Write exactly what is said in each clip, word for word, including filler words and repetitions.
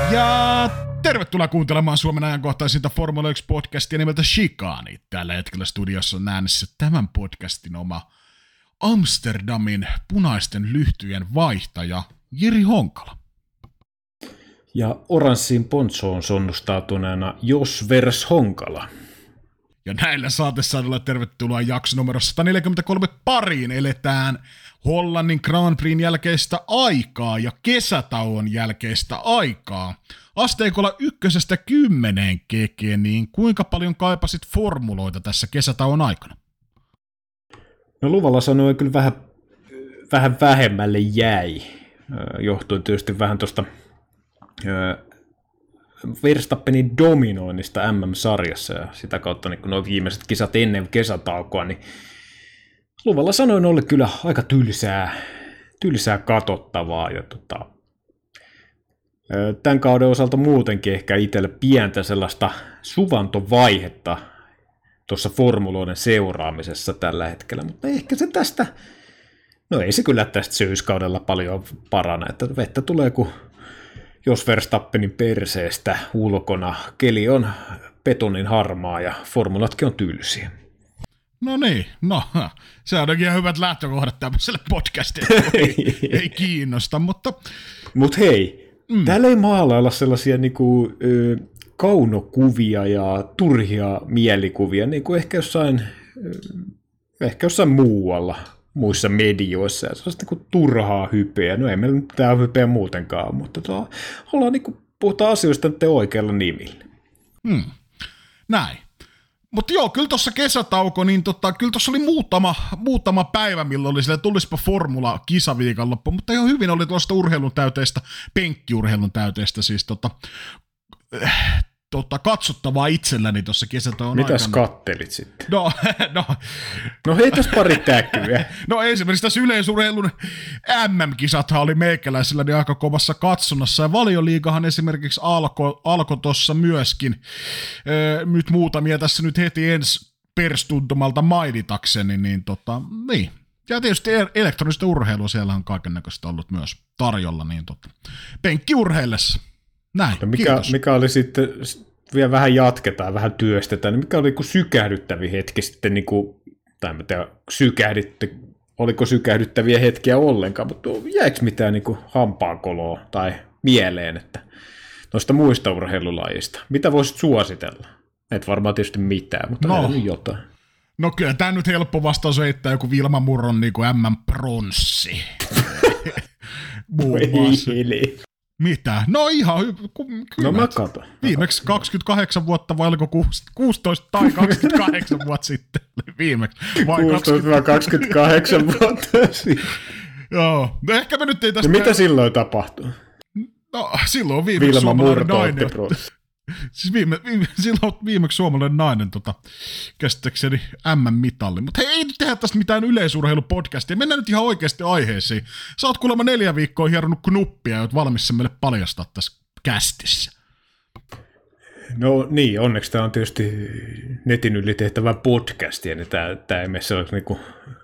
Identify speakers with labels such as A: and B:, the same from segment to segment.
A: Ja tervetuloa kuuntelemaan Suomen ajankohtaisinta Formula yksi-podcastia nimeltä Chicane. Tällä hetkellä studiossa on äänessä tämän podcastin oma Amsterdamin punaisten lyhtyjen vaihtaja Jiri Honkala.
B: Ja oranssiin ponchoon sonnustautuneena Jos Vers Honkala.
A: Ja näillä saatesanoilla tervetuloa jakso numero sata neljäkymmentäkolme pariin. Eletään Hollannin Grand Prixin jälkeistä aikaa ja kesätauon jälkeistä aikaa. Asteikolla ykkösestä kymmeneen keke, niin kuinka paljon kaipasit formuloita tässä kesätauon aikana?
B: No luvalla sanoen kyllä vähän, vähän vähemmälle jäi. Johtuen tietysti vähän tuosta Verstappenin dominoinnista M M-sarjassa ja sitä kautta niin kun nuo viimeiset kisat ennen kesätaukoa, niin luvalla sanoen oli kyllä aika tylsää, tylsää katsottavaa. Ja tota, tämän kauden osalta muutenkin ehkä itselle pientä sellaista suvantovaihetta tuossa formuloiden seuraamisessa tällä hetkellä, mutta ehkä se tästä, no ei se kyllä tästä syyskaudella paljon parane, että vettä tulee kun jos Verstappenin perseestä ulkona, keli on betonin harmaa ja formulatkin on tylsiä.
A: No niin, no se on ihan hyvät lähtökohdat tämmöiselle podcastille, ei, ei kiinnosta, mutta...
B: Mut hei, mm. täällä ei maalailla sellaisia niinku, ö, kaunokuvia ja turhia mielikuvia, niin kuin ehkä jossain, ehkä jossain muualla, muissa medioissa, ja sellaista niin turhaa hypeä. No ei meillä nyt tää hypeä muutenkaan, mutta tuo, ollaan niin kuin, puhutaan asioista nyt oikealla nimillä.
A: Hmm. Näin. Mutta joo, kyllä tuossa kesätauko, niin tota, kyllä tuossa oli muutama, muutama päivä, milloin oli sille, tulispa formula kisaviikonloppu, mutta ihan hyvin oli tuosta urheilun täyteistä, penkkiurheilun täyteistä, siis tota, äh, tota katsottavaa itselläni tuossa kesätauon aikana.
B: Mitäs kattelit sitten?
A: No, no.
B: no heitäs pari täkyä.
A: No esimerkiksi tässä yleisurheilun M M-kisathan oli meikäläisellä niin aika kovassa katsonnassa, ja Valioliigahan esimerkiksi alkoi alko tuossa myöskin, öö, nyt muutamia tässä nyt heti ensi perstuntumalta mainitakseni, niin tota, niin. Ja tietysti elektronista urheilua, siellä on kaikennäköistä ollut myös tarjolla, niin tota, penkkiurheillessa. Näin,
B: no mikä, mikä oli sitten, vielä vähän jatketaan, vähän työstetään, niin mikä oli niin sykähdyttäviä hetki sitten, niin kuin, tai en tiedä, sykähdyttä, oliko sykähdyttäviä hetkiä ollenkaan, mutta jäikö mitään niin kuin hampaankoloa tai mieleen, että noista muista urheilulajista, mitä voisit suositella? Et varmaan tietysti mitään, mutta
A: no.
B: jotain.
A: No kyllä tämä nyt helppo vastaus heittää joku Vilma Murron niin kuin M M-pronssi. Muun muassa. Mitä? No ihan hyvä.
B: No mä katon.
A: Viimeksi kaksikymmentäkahdeksan vuotta vai oliko kuusitoista tai kaksikymmentäkahdeksan vuotta sitten viimeksi?
B: kuusitoista kaksikymmentäkahdeksan vuotta sitten.
A: Joo. No ehkä me nyt ei tästä...
B: Ja mitä silloin tapahtui?
A: No silloin viimeksi
B: Vilma
A: suomalainen
B: Murto
A: nainen. Siis viime, viime, silloin viimeksi suomalainen nainen tota, käsittääkseni M M-mitalli. Mutta hei, ei nyt tehdä tästä mitään yleisurheilupodcastia. Mennään nyt ihan oikeasti aiheisiin. Sä oot kuulemma neljä viikkoa hieronnut knuppia ja oot valmis sen meille paljastaa tässä kästissä.
B: No niin, onneksi tämä on tietysti netin yli tehtävä podcast, ja tämä, tämä ei mene sellaisen niinku,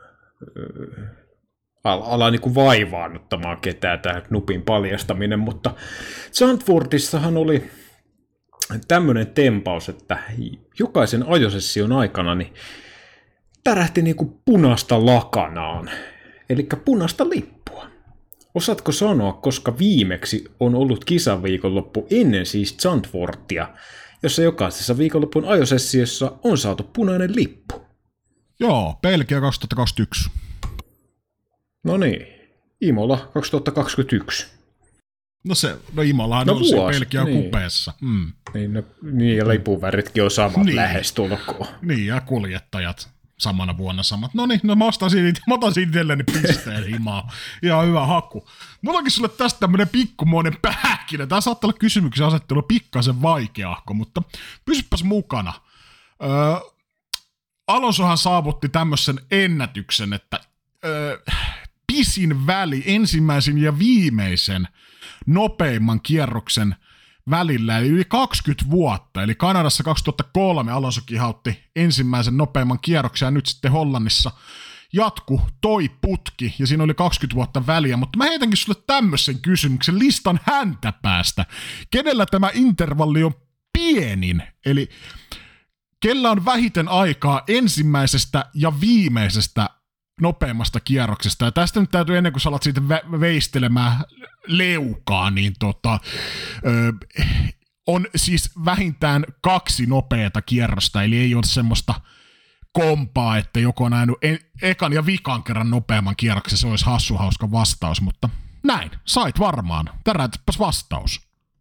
B: ala niinku vaivaannuttamaan ketään tämä knupin paljastaminen, mutta Zandvoortissahan oli tämmöinen tempaus, että jokaisen ajosession aikana niin tärähti niinku punaista lakanaan, eli punaista lippua. Osaatko sanoa, koska viimeksi on ollut kisaviikonloppu ennen siis Zandvoortia, jossa jokaisessa viikonlopun ajosessiossa on saatu punainen lippu?
A: Joo, Belgia kaksituhattakaksikymmentäyksi.
B: No niin, Imola kaksituhattakaksikymmentäyksi.
A: No se, no Imolahan
B: no
A: on
B: vuosi,
A: se Belgia
B: niin.
A: kupeessa. Mm.
B: Niin, no, niin, ja lipuväritkin on samat
A: niin.
B: lähestulkoon.
A: Niin, ja kuljettajat samana vuonna samat. No niin, no mä otan mä otan siitä itselleni pisteen himaa. Ihan hyvä haku. Mulla onkin sulle tästä tämmönen pikkumoinen pähkinä. Tää saattaa olla kysymyksen asettelu pikkasen vaikeahko, mutta pysypäs mukana. Öö, Alonsohan saavutti tämmöisen ennätyksen, että öö, pisin väli, ensimmäisen ja viimeisen nopeimman kierroksen välillä, eli yli kaksikymmentä vuotta, eli Kanadassa kaksituhattakolme Alonso kihautti ensimmäisen nopeimman kierroksen, ja nyt sitten Hollannissa jatku toi putki, ja siinä oli kaksikymmentä vuotta väliä, mutta mä heitänkin sulle tämmöisen kysymyksen listan häntä päästä. Kenellä tämä intervalli on pienin, eli kellä on vähiten aikaa ensimmäisestä ja viimeisestä nopeammasta kierroksesta, ja tästä nyt täytyy ennen kuin sä alat siitä vä- veistelemään leukaa, niin tota, ö, on siis vähintään kaksi nopeata kierrosta, eli ei ole semmoista kompaa, että joku on ajanut en, ekan ja vikan kerran nopeamman kierroksen, se olisi hassu hauska vastaus, mutta näin, sait varmaan. Tärätäpäs vastaus.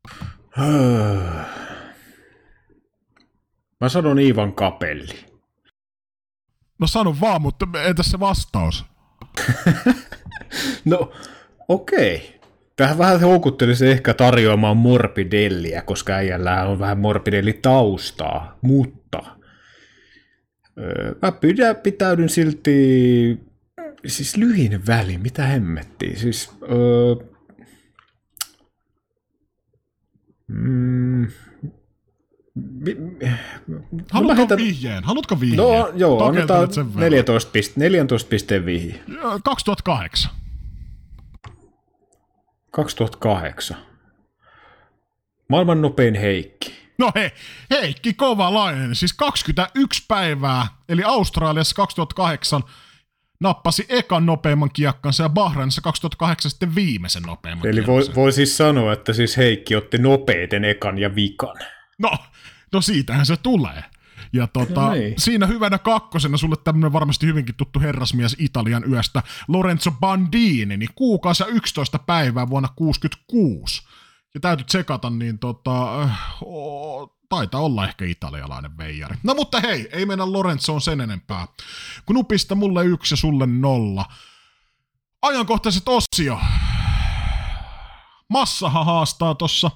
B: Mä sanon Iivan Kapelli.
A: No sano vaan, mutta entäs se vastaus?
B: No, okei. Okay. Tähän vähän houkuttelisi ehkä tarjoamaan morbidelliä, koska äijällä on vähän morbidelli-taustaa, mutta öö, mä pidä, pitäydyn silti, siis lyhin väli, mitä hemmettiin, siis öö, mm, mi,
A: Haluatko heitän... vihjeen? Haluatko vihjeen?
B: No joo, annetaan neljätoista, neljätoista pisteen vihje.
A: kaksituhattakahdeksan.
B: kaksituhattakahdeksan. Maailman nopein Heikki.
A: No hei, Heikki Kovalainen, siis kaksikymmentäyksi päivää, eli Australiassa kaksituhattakahdeksan nappasi ekan nopeamman kiekkansa ja Bahrainissa kaksituhattakahdeksan sitten viimeisen nopeamman
B: Eli voi, voi siis sanoa, että siis Heikki otti nopeiten ekan ja vikan.
A: No, no siitähän se tulee. Ja tota, no siinä hyvänä kakkosena sulle tämmöinen varmasti hyvinkin tuttu herrasmies Italian yöstä, Lorenzo Bandini, niin kuukausi ja yksitoista päivää vuonna kuusikymmentäkuusi. Ja täytyy tsekata, niin tota, oh, taitaa olla ehkä italialainen veijari. No mutta hei, ei mennä Lorenzoon sen enempää. Kun upista mulle yksi ja sulle nolla. Ajankohtaiset osio. Massahan haastaa tossa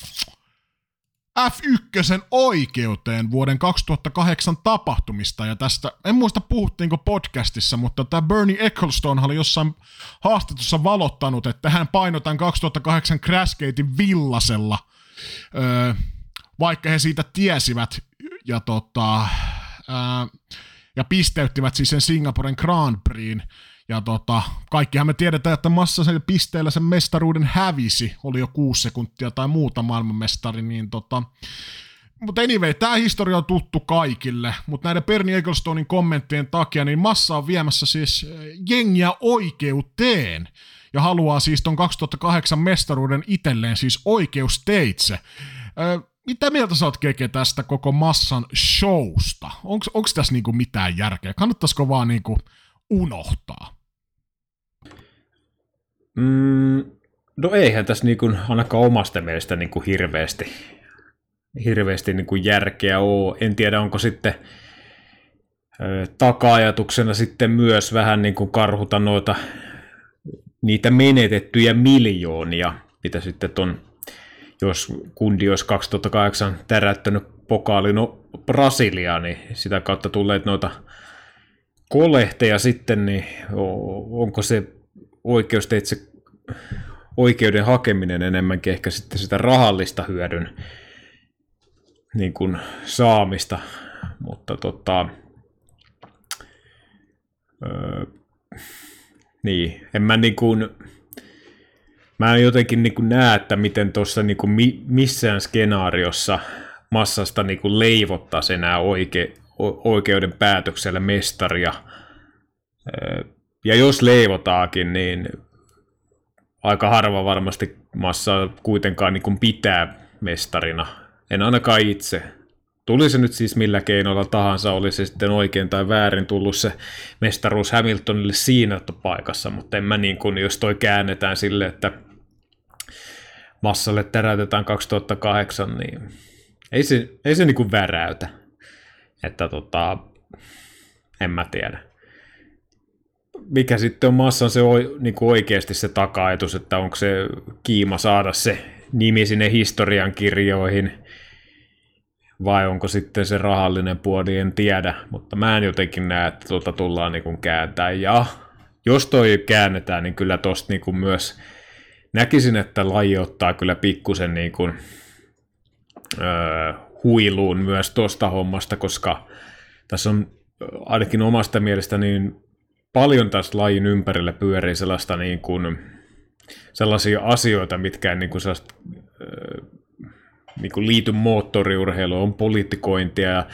A: F yksi oikeuteen vuoden kaksituhattakahdeksan tapahtumista, ja tästä, en muista puhuttiinko podcastissa, mutta tämä Bernie Ecclestone oli jossain haastattelussa valottanut, että hän painoi tämän kaksituhattakahdeksan Crashgatein villasella, öö, vaikka he siitä tiesivät, ja, tota, öö, ja pisteyttivät siis sen Singaporen Grand Prixin, ja tota, kaikkihan me tiedetään, että Massa sen pisteellä sen mestaruuden hävisi, oli jo kuusi sekuntia tai muuta maailmanmestari, niin tota, mutta anyway, tämä historia on tuttu kaikille, mutta näiden Bernie Ecclestonein kommenttien takia, niin Massa on viemässä siis jengiä oikeuteen, ja haluaa siis ton kaksituhattakahdeksan mestaruuden itselleen siis oikeusteitse. Öö, mitä mieltä sä oot, Keke, tästä koko Massan showsta? Onko tässä niinku mitään järkeä? Kannattaisiko vaan niinku unohtaa?
B: Mm, no eihän tässä niin kuin, ainakaan omasta mielestä niin kuin hirveästi, hirveästi niin kuin järkeä ole. En tiedä, onko sitten ö, taka-ajatuksena sitten myös vähän niin kuin karhuta noita niitä menetettyjä miljoonia, mitä sitten ton, jos kundi olisi kaksituhattakahdeksan täräyttänyt pokaalin Brasiliaan, niin sitä kautta tulleet noita kolehteja sitten, niin onko se oikeusteitse oikeuden hakeminen enemmänkin ehkä sitten sitä rahallista hyödyn niin kuin saamista, mutta tota, öö, niin, en mä niin kuin, mä en jotenkin niin kuin näe, että miten tuossa niin kuin mi, missään skenaariossa Massasta niin kuin leivottaisi enää oike, oikeuden päätöksellä mestaria. Ja jos leivotaakin, niin aika harva varmasti Massa kuitenkaan niin kuin pitää mestarina. En ainakaan itse. Tuli se nyt siis millä keinoilla tahansa, oli se sitten oikein tai väärin tullut se mestaruus Hamiltonille siinä paikassa, mutta en mä niin kuin, jos toi käännetään sille, että Massalle täräytetään kaksituhattakahdeksan, niin ei se, ei se niin kuin väräytä. Että tota, en mä tiedä. Mikä sitten on Massan se niin kuin oikeasti se taka-ajatus, että onko se kiima saada se nimi sinne historian kirjoihin, vai onko sitten se rahallinen puoli, en tiedä, mutta mä en jotenkin näe, että tuota tullaan niin kuin kääntämään. Ja jos toi käännetään, niin kyllä tosta niin kuin myös näkisin, että laji ottaa kyllä pikkusen niin kuin, öö, huiluun myös tuosta hommasta, koska tässä on ainakin omasta mielestä niin paljon tässä lajin ympärillä pyörii sellaista niin kuin, sellaisia asioita, mitkä ei niin kuin sellaista, äh, niin kuin liity moottoriurheiluun, on politikointia ja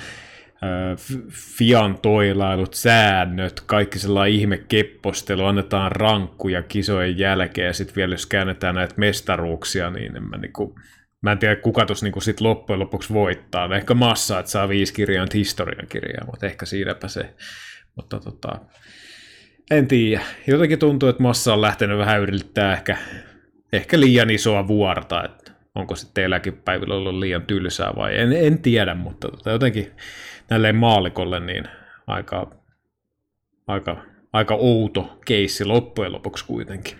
B: Fian toilailut, säännöt, kaikki sellainen ihme keppostelu, annetaan rankkuja kisojen jälkeen ja sitten vielä jos käännetään näitä mestaruuksia, niin en mä, niinku, mä en tiedä kuka tuossa niinku sit loppujen lopuksi voittaa. Ehkä massa, että saa viisi kirjaa historiankirjaa, mutta ehkä siinäpä se. Mutta tota, en tiedä. Jotenkin tuntuu, että massa on lähtenyt vähän yrittää ehkä, ehkä liian isoa vuorta, että onko sitten teilläkin päivillä ollut liian tylsää vai en, en tiedä, mutta tota, jotenkin näilleen maalikolle niin aika, aika, aika outo keissi loppujen lopuksi kuitenkin.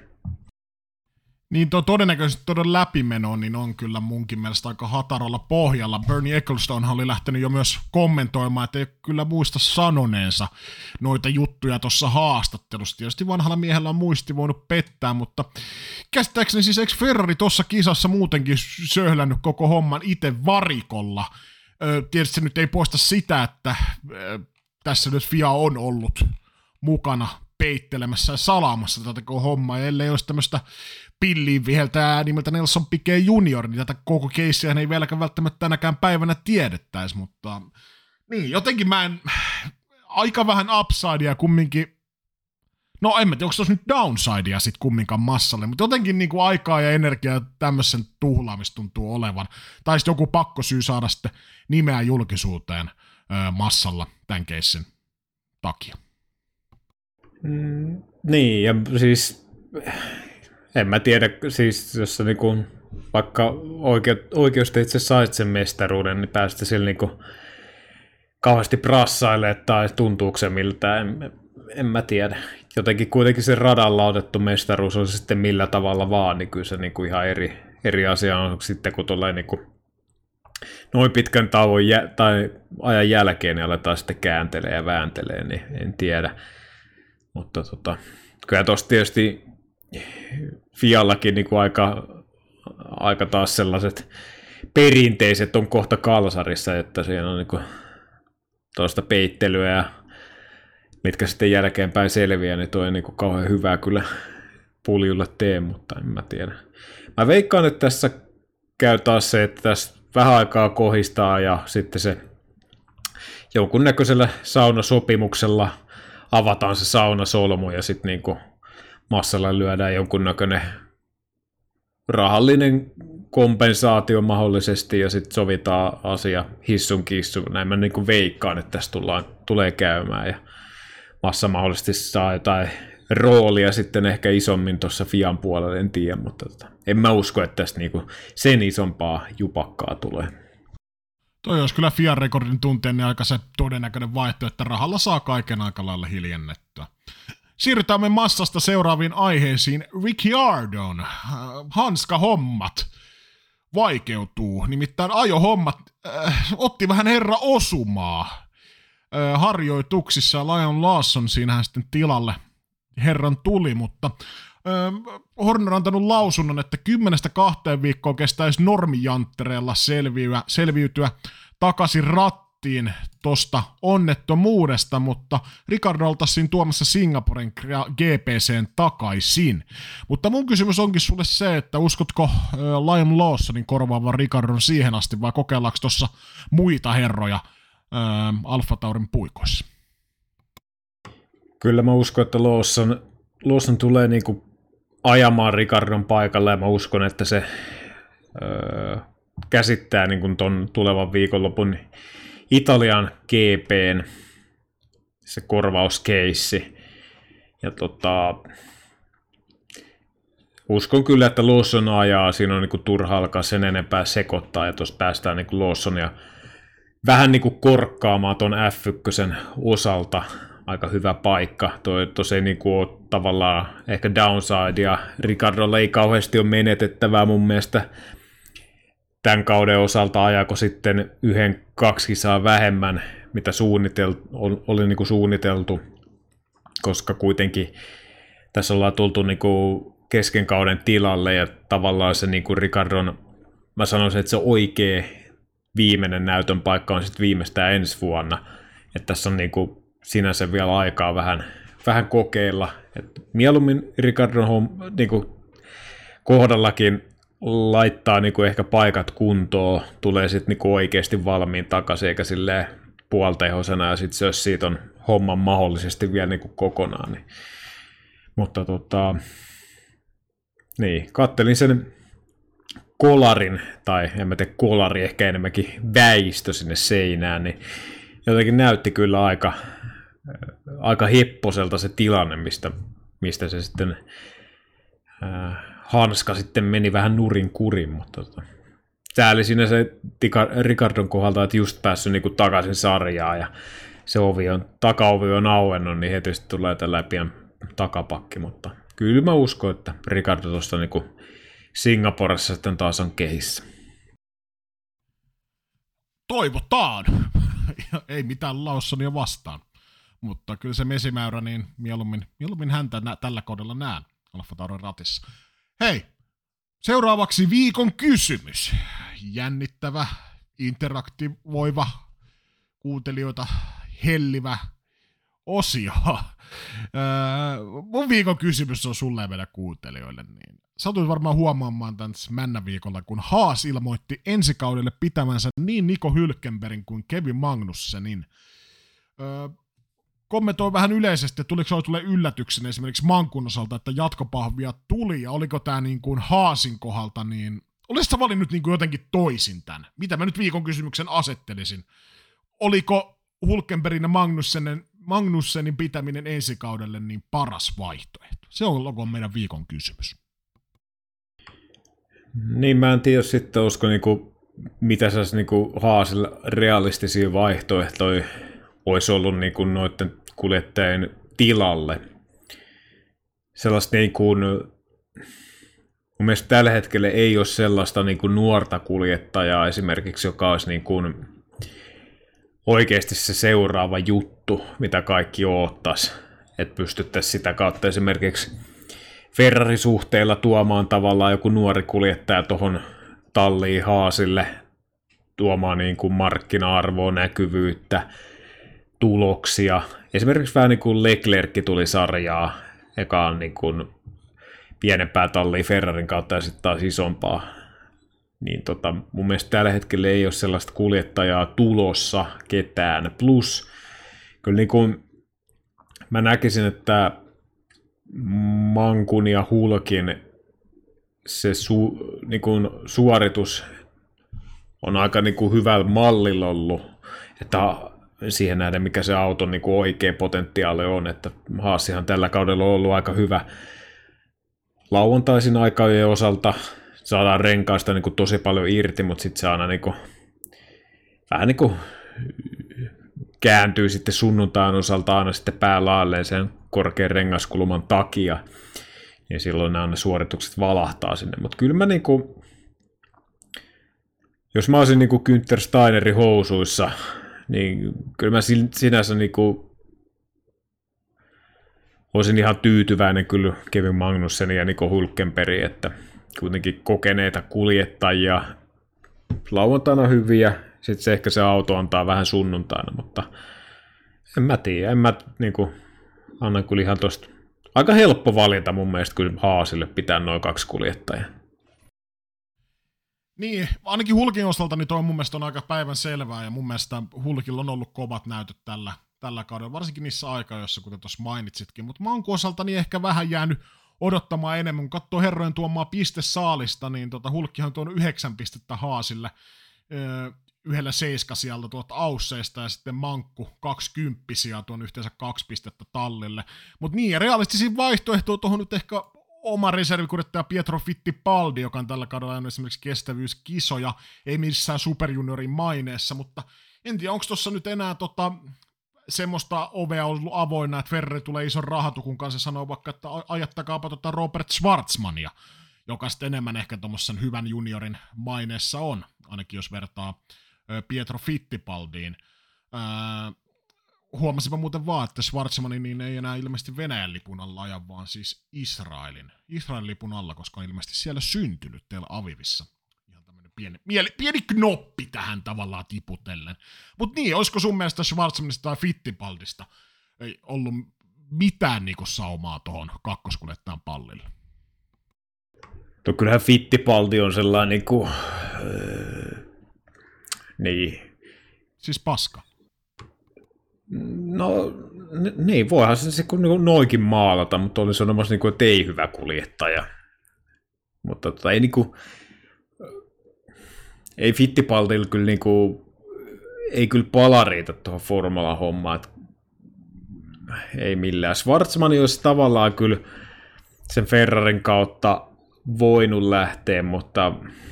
A: Niin tuo todennäköisesti todella läpimeno niin on kyllä munkin mielestä aika hataralla pohjalla. Bernie Ecclestonehan oli lähtenyt jo myös kommentoimaan, että ei kyllä muista sanoneensa noita juttuja tuossa haastattelussa. Tietysti vanhalla miehellä on muisti voinut pettää, mutta käsittääkseni siis eikö Ferrari tuossa kisassa muutenkin söhlännyt koko homman itse varikolla? Öö, tietysti se nyt ei poista sitä, että öö, tässä nyt F I A on ollut mukana peittelemässä ja salaamassa tätä koko hommaa, ja ellei olisi tämmöistä pilliin viheltää nimeltä Nelson Piquet Junior, niin tätä koko keissiä ei vieläkään välttämättä tänäkään päivänä tiedettäisi, mutta niin, jotenkin mä en, aika vähän upsidea kumminkin, no en mä tiedä, onko tuossa nyt downsidea sit kumminkaan massalle, mutta jotenkin niinku aikaa ja energiaa tämmöisen tuhlaamista tuntuu olevan, tai sitten joku pakkosyy saada sitten nimeä julkisuuteen öö, massalla tämän keissin takia.
B: Mm, niin, ja siis en mä tiedä, siis jos sä niinku, vaikka oike- oikeusteitse sait sen mestaruuden, niin päästä sillä niinku kauheasti prassailemaan tai tuntuuko se miltään, en, en mä tiedä. Jotenkin kuitenkin se radalla otettu mestaruus on sitten millä tavalla vaan, niin kyllä se niinku ihan eri, eri asia on sitten, kun tulee niinku noin pitkän tauon jä- tai ajan jälkeen niin aletaan sitten kääntelee ja vääntelee, niin en tiedä. Mutta tota, kyllä tuossa tietysti Fiallakin niin kuin aika, aika taas sellaiset perinteiset on kohta kalsarissa, että siinä on niin tuosta peittelyä ja mitkä sitten jälkeenpäin selviää, niin toi niin kuin kauhean hyvää kyllä puljulle tee, mutta en mä tiedä. Mä veikkaan, että tässä käy taas se, että tässä vähän aikaa kohistaa ja sitten se jonkunnäköisellä saunasopimuksella avataan se saunasolmu ja sitten niinku massalla lyödään jonkunnäköinen rahallinen kompensaatio mahdollisesti ja sitten sovitaan asia hissun kissun. Näin mä niinku veikkaan, että tässä tullaan, tulee käymään ja massa mahdollisesti saa jotain roolia sitten ehkä isommin tuossa Fian puolella, en tiedä, mutta tota, en mä usko, että tästä niinku sen isompaa jupakkaa tulee.
A: Toi olisi kyllä Fian rekordin tunteen niin aika se todennäköinen vaihtoehto, että rahalla saa kaiken aika lailla hiljennettyä. Siirrytään me massasta seuraaviin aiheisiin. Ricciardon äh, hanskahommat vaikeutuu, nimittäin ajohommat äh, otti vähän herra osumaa äh, harjoituksissa. Liam Lawson siinähän sitten tilalle herran tuli, mutta äh, Horner on antanut lausunnon, että kymmenestä kahteen viikkoa kestäisi normijanttereella selviytyä, selviytyä takaisin rattiin tosta onnettomuudesta, mutta Ricardo oltaisiin siinä tuomassa Singaporen G P C:n takaisin. Mutta mun kysymys onkin sulle se, että uskotko äh, Liam Lawsonin korvaavan Ricardon siihen asti, vai kokeillaanko tuossa muita herroja äh, Alfa Taurin puikoissa?
B: Kyllä mä uskon, että Lawson, Lawson tulee niinku ajamaan Ricardon paikalle ja mä uskon, että se öö, käsittää niinku ton tulevan viikonlopun Italian G P:n se korvauskeissi. Ja tota, uskon kyllä, että Lawson ajaa, siinä on niinku turha alkaa sen enempää sekoittaa ja tuossa päästään niinku Lawsonia vähän niinku korkkaamaan ton F yksi osalta. Aika hyvä paikka. Toi tos ei niinku ole tavallaan ehkä downside ja Ricardolla ei kauheasti ole menetettävää mun mielestä tämän kauden osalta, ajako sitten yhden kaksi kisaa vähemmän, mitä suunnitel, oli niinku suunniteltu, koska kuitenkin tässä ollaan tultu niinku kesken kauden tilalle ja tavallaan se niinku Ricardon, mä sanoisin, että se oikea viimeinen näytön paikka on sitten viimeistään ensi vuonna, että tässä on niinku sinänsä vielä aikaa vähän, vähän kokeilla. Et mieluummin Ricciardon niin kuin kohdallakin laittaa niin kuin ehkä paikat kuntoon, tulee sitten niin kuin oikeasti valmiin takaisin, eikä silleen puoltehosena, ja sitten jos siitä on homman mahdollisesti vielä niin kuin kokonaan. Niin. Mutta tota, niin, kattelin sen kolarin, tai en mä tiedä, kolari ehkä enemmänkin väistö sinne seinään, niin jotenkin näytti kyllä aika, aika hepposelta se tilanne, mistä, mistä se sitten äh, hanska sitten meni vähän nurin kurin, mutta tota, sääli siinä se tika, Ricciardon kohdalta, että just päässyt niinku takaisin sarjaan, ja se ovi on, takaovi on auennut, niin heti sitten tulee tällä pian takapakki, mutta kyllä mä uskon, että Ricciardo tuossa niinku Singaporessa sitten taas on kehissä.
A: Toivotaan! Ei mitään Lawsonia vastaan. Mutta kyllä se mesimäyrä, niin mieluummin, mieluummin häntä nä- tällä kaudella näen Alfa Taurin ratissa. Hei! Seuraavaksi viikon kysymys. Jännittävä, interaktivoiva, kuuntelijoita hellivä osio. Mun viikon kysymys on sulle ja meidän kuuntelijoille. Niin satuit varmaan huomaamaan tämän männä viikolla, kun Haas ilmoitti ensi kaudelle pitämänsä niin Nico Hülkenbergin kuin Kevin Magnussenin. Öö, kommentoi vähän yleisesti, että tuliko se yllätyksenä esimerkiksi Mankun osalta, että jatkopahvia tuli, ja oliko tämä niin kuin Haasin kohdalta, niin olisitko valinnut niin kuin jotenkin toisin tämän? Mitä mä nyt viikon kysymyksen asettelisin? Oliko Hülkenbergin ja Magnussenin, Magnussenin pitäminen ensi kaudelle niin paras vaihtoehto? Se on meidän viikon kysymys.
B: Niin, mä en tiedä sitten, olisiko niinku, mitä se niinku Haasilla realistisia vaihtoehtoja olisi ollut niinku noiden kuljettajien tilalle. Sellaista niinku, mun mielestä tällä hetkellä ei ole sellaista niinku nuorta kuljettajaa esimerkiksi, joka olisi niinku oikeasti se seuraava juttu, mitä kaikki oottaisi, että pystyttäisiin sitä kautta esimerkiksi Ferrari-suhteilla tuomaan tavallaan joku nuori kuljettaja tuohon talliin Haasille, tuomaan niin kuin markkina-arvoa, näkyvyyttä, tuloksia. Esimerkiksi vähän niin kuin Leclerc tuli sarjaa, joka on niin kuin pienempää tallia Ferrarin kautta ja sitten taas isompaa. Niin tota, mun mielestä tällä hetkellä ei ole sellaista kuljettajaa tulossa ketään. Plus, kyllä niin kuin mä näkisin, että Mankun ja Hulkin se su, niin kuin suoritus on aika niin kuin hyvällä mallilla ollut, että siihen nähden, mikä se auton niin kuin oikea potentiaali on, että Haasihan tällä kaudella on ollut aika hyvä lauantaisin aikojen osalta, saadaan renkaista niin kuin tosi paljon irti, mutta sitten se aina niin kuin, vähän niin kuin kääntyy sitten sunnuntain osalta aina sitten päälaalleen sen korkean rengaskuluman takia, ja silloin nämä ne suoritukset valahtaa sinne. Mutta kyllä mä niinku, jos mä olisin niinku Günther Steinerin housuissa, niin kyllä mä sinänsä niinku olisin ihan tyytyväinen kyllä Kevin Magnussenin ja Nico Hülkenbergin, että kuitenkin kokeneita kuljettajia, lauantaina hyviä, sitten se ehkä se auto antaa vähän sunnuntaina, mutta en mä tiedä, en mä niinku annan kyllä ihan tosta aika helppo valinta mun mielestä kyllä Haasille pitää noin kaksi kuljettajaa.
A: Niin, ainakin Hulkin osalta niin toi mun mielestä on aika päivän selvää, ja mun mielestä Hulkilla on ollut kovat näytöt tällä, tällä kaudella, varsinkin niissä aikajoissa, kuten tuossa mainitsitkin, mutta Mankun osalta niin ehkä vähän jäänyt odottamaan enemmän. Kun katsoo herrojen tuomaa pistesaalista, niin tota, Hulkkihan on tuonut yhdeksän pistettä Haasille, öö, yhdellä seiska sieltä tuolta Ausseista, ja sitten Mankku kaksikymppisiä tuon yhteensä kaksi pistettä tallille. Mutta niin, ja realistisiin vaihtoehtoja tuohon nyt ehkä oma reservikuljettaja Pietro Fittipaldi, joka on tällä kaudella ajanut esimerkiksi kestävyyskisoja, ei missään superjuniorin maineessa, mutta en tiedä, onko tuossa nyt enää tota, semmoista ovea ollut avoinna, että Ferrari tulee ison rahatukun kanssa ja sanoo vaikka, että ajattakaapa tota Robert Schwarzmania, joka sitten enemmän ehkä tuommoisen hyvän juniorin maineessa on, ainakin jos vertaa Pietro Fittipaldiin. Öö, huomasipa muuten vaan, että Schwarzmani niin ei enää ilmeisesti Venäjän lipun alla aja, vaan siis Israelin, Israelin lipun alla, koska on ilmeisesti siellä syntynyt Tel Avivissa. Ihan tämmöinen pieni, mieli, pieni knoppi tähän tavallaan tiputellen. Mutta niin, olisiko sun mielestä Schwarzmanista tai Fittipaldista ei ollut mitään niinku saumaa tuohon kakkoskuljettajan pallille.
B: No kyllähän Fittipaldi on sellainen niinku, öö, niin.
A: Siis paska.
B: No n- niin, voihan se, se kun noikin maalata, mutta oli sanomassa niinku, että ei hyvä kuljettaja. Mutta tota, ei niinku, ei Fittipaldilla kyllä niinku, ei kyllä pala riitä tuohon formula-hommaan, ei millään. Schwarzman olisi tavallaan kyllä sen Ferrarin kautta voinut lähteä, mutta,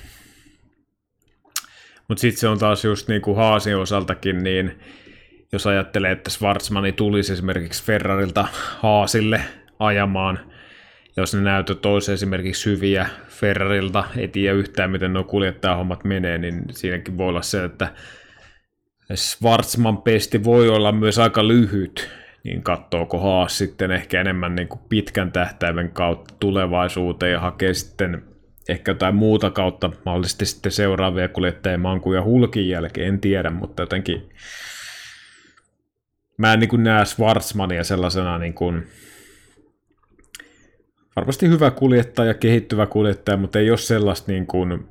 B: mutta sitten se on taas just niin kuin Haasin osaltakin, niin jos ajattelee, että Schwarzman tulisi esimerkiksi Ferrarilta Haasille ajamaan, jos ne näytöt olisi esimerkiksi hyviä Ferrarilta, ei tiedä yhtään miten nuo kuljettajahommat menee, niin siinäkin voi olla se, että Schwarzman pesti voi olla myös aika lyhyt, niin katsooko Haas sitten ehkä enemmän niin kuin pitkän tähtäimen kautta tulevaisuuteen ja hakee sitten ehkä jotain muuta kautta mahdollisesti sitten seuraavia kuljettajia Mankun ja Hulkin jälkeen, en tiedä, mutta jotenkin mä en niin kuin näe Schwarzmania sellaisena niin kuin varmasti hyvä kuljettaja, kehittyvä kuljettaja, mutta ei ole sellaista niin kuin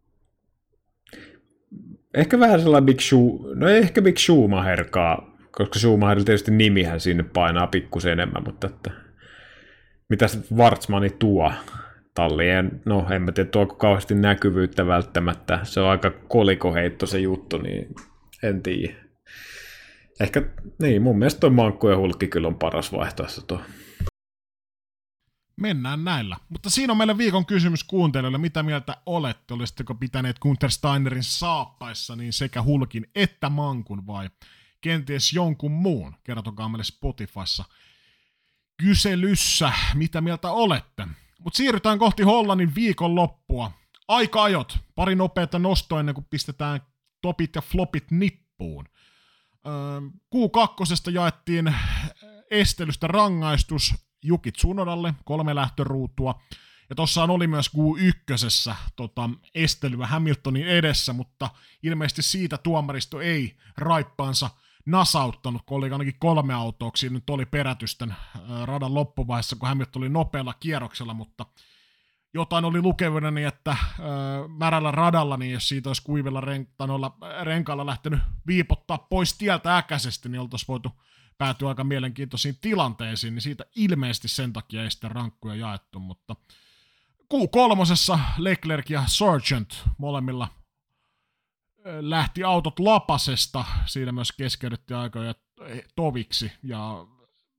B: ehkä vähän sellainen Big Shoe, no ei ehkä Big Schumacherkaa, koska Schumacherilla tietysti nimihän sinne painaa pikkusen enemmän, mutta että mitä Schwarzmani tuo tallien, no en mä tiedä tuoko kauheasti näkyvyyttä välttämättä, se on aika kolikoheitto se juttu, niin en tiedä. Ehkä, niin mun mielestä tuo Mankku ja Hulkki kyllä on paras vaihtoehto tuo.
A: Mennään näillä. Mutta siinä on meille viikon kysymys kuuntelijoille. Mitä mieltä olette? Olisitteko pitäneet Gunther Steinerin saappaissa niin sekä Hulkin että Mankun vai kenties jonkun muun? Kertokaa meille Spotifyssa kyselyssä, mitä mieltä olette. Mutta siirrytään kohti Hollannin viikonloppua. Aika-ajot. Pari nopeata nostoa ennen kuin pistetään topit ja flopit nippuun. Q kaksi jaettiin estelystä rangaistus Yuki Tsunodalle, kolme lähtöruutua. Ja tossaan oli myös Q yksi tota, estelyä Hamiltonin edessä, mutta ilmeisesti siitä tuomaristo ei raippaansa nasauttanut, kun oli ainakin kolme autoa, siinä nyt oli perätysten radan loppuvaiheessa, kun Hamilton oli nopealla kierroksella, mutta jotain oli lukevinani, että äh, märällä radalla, niin jos siitä olisi kuivilla ren- renkailla lähtenyt viipottaa pois tieltä äkäisesti, niin oltaisiin voitu päätyä aika mielenkiintoisiin tilanteisiin, niin siitä ilmeisesti sen takia ei sitten rankkuja jaettu, mutta Q kolme Leclerc ja Sargent molemmilla lähti autot lapasesta, siinä myös keskeydyttiin aikoja toviksi, ja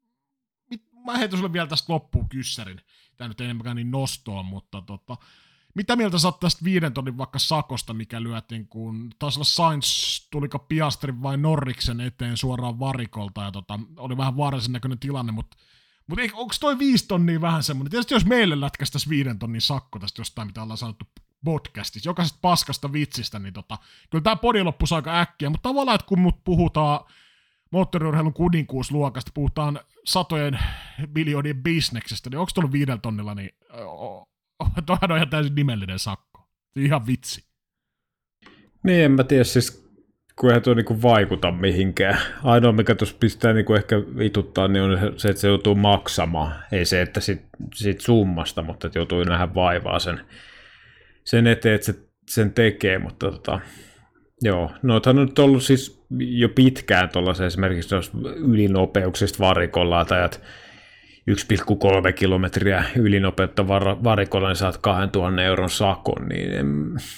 A: mä heitän sulle vielä tästä loppuun kyssärin, tämä nyt ei enemmän niin nostoa, mutta tota, mitä mieltä sä oot tästä viiden tonnin vaikka sakosta, mikä lyötiin, kun taisi olla Sainz, tuliko Piastrin vai Norriksen eteen suoraan varikolta, ja tota, oli vähän vaarallisen näköinen tilanne, mutta Mutta onko toi viisi tonnia vähän semmoinen? Tietysti jos meille lätkästäisiin viiden tonnin sakko tästä jostain, mitä ollaan sanottu podcastissa, jokaisesta paskasta vitsistä, niin tota, kyllä tämä podi loppuisi aika äkkiä, mutta tavallaan, että kun mut puhutaan moottoriurheilun kuninkuusluokasta, puhutaan satojen miljoonien bisneksestä, niin onko tuolla viidellä tonnilla, niin toihan on ihan täysin nimellinen sakko. Ihan vitsi.
B: Niin, en mä tiedä, siis kun eihän tuo niinku vaikuta mihinkään. Ainoa, mikä tuossa pistää niinku ehkä vituttaa, niin on se, että se joutuu maksamaan. Ei se, että sit, sit summasta, mutta että joutuu nähdä vaivaa sen, sen eteen, että se sen tekee. Mutta tota, joo, noithan on nyt ollut siis jo pitkään tuollaisen esimerkiksi ylinopeuksista varikolla, että ajat yksi pilkku kolme kilometriä ylinopeutta var, varikolla, niin saat kahdentuhannen euron sakon, niin en,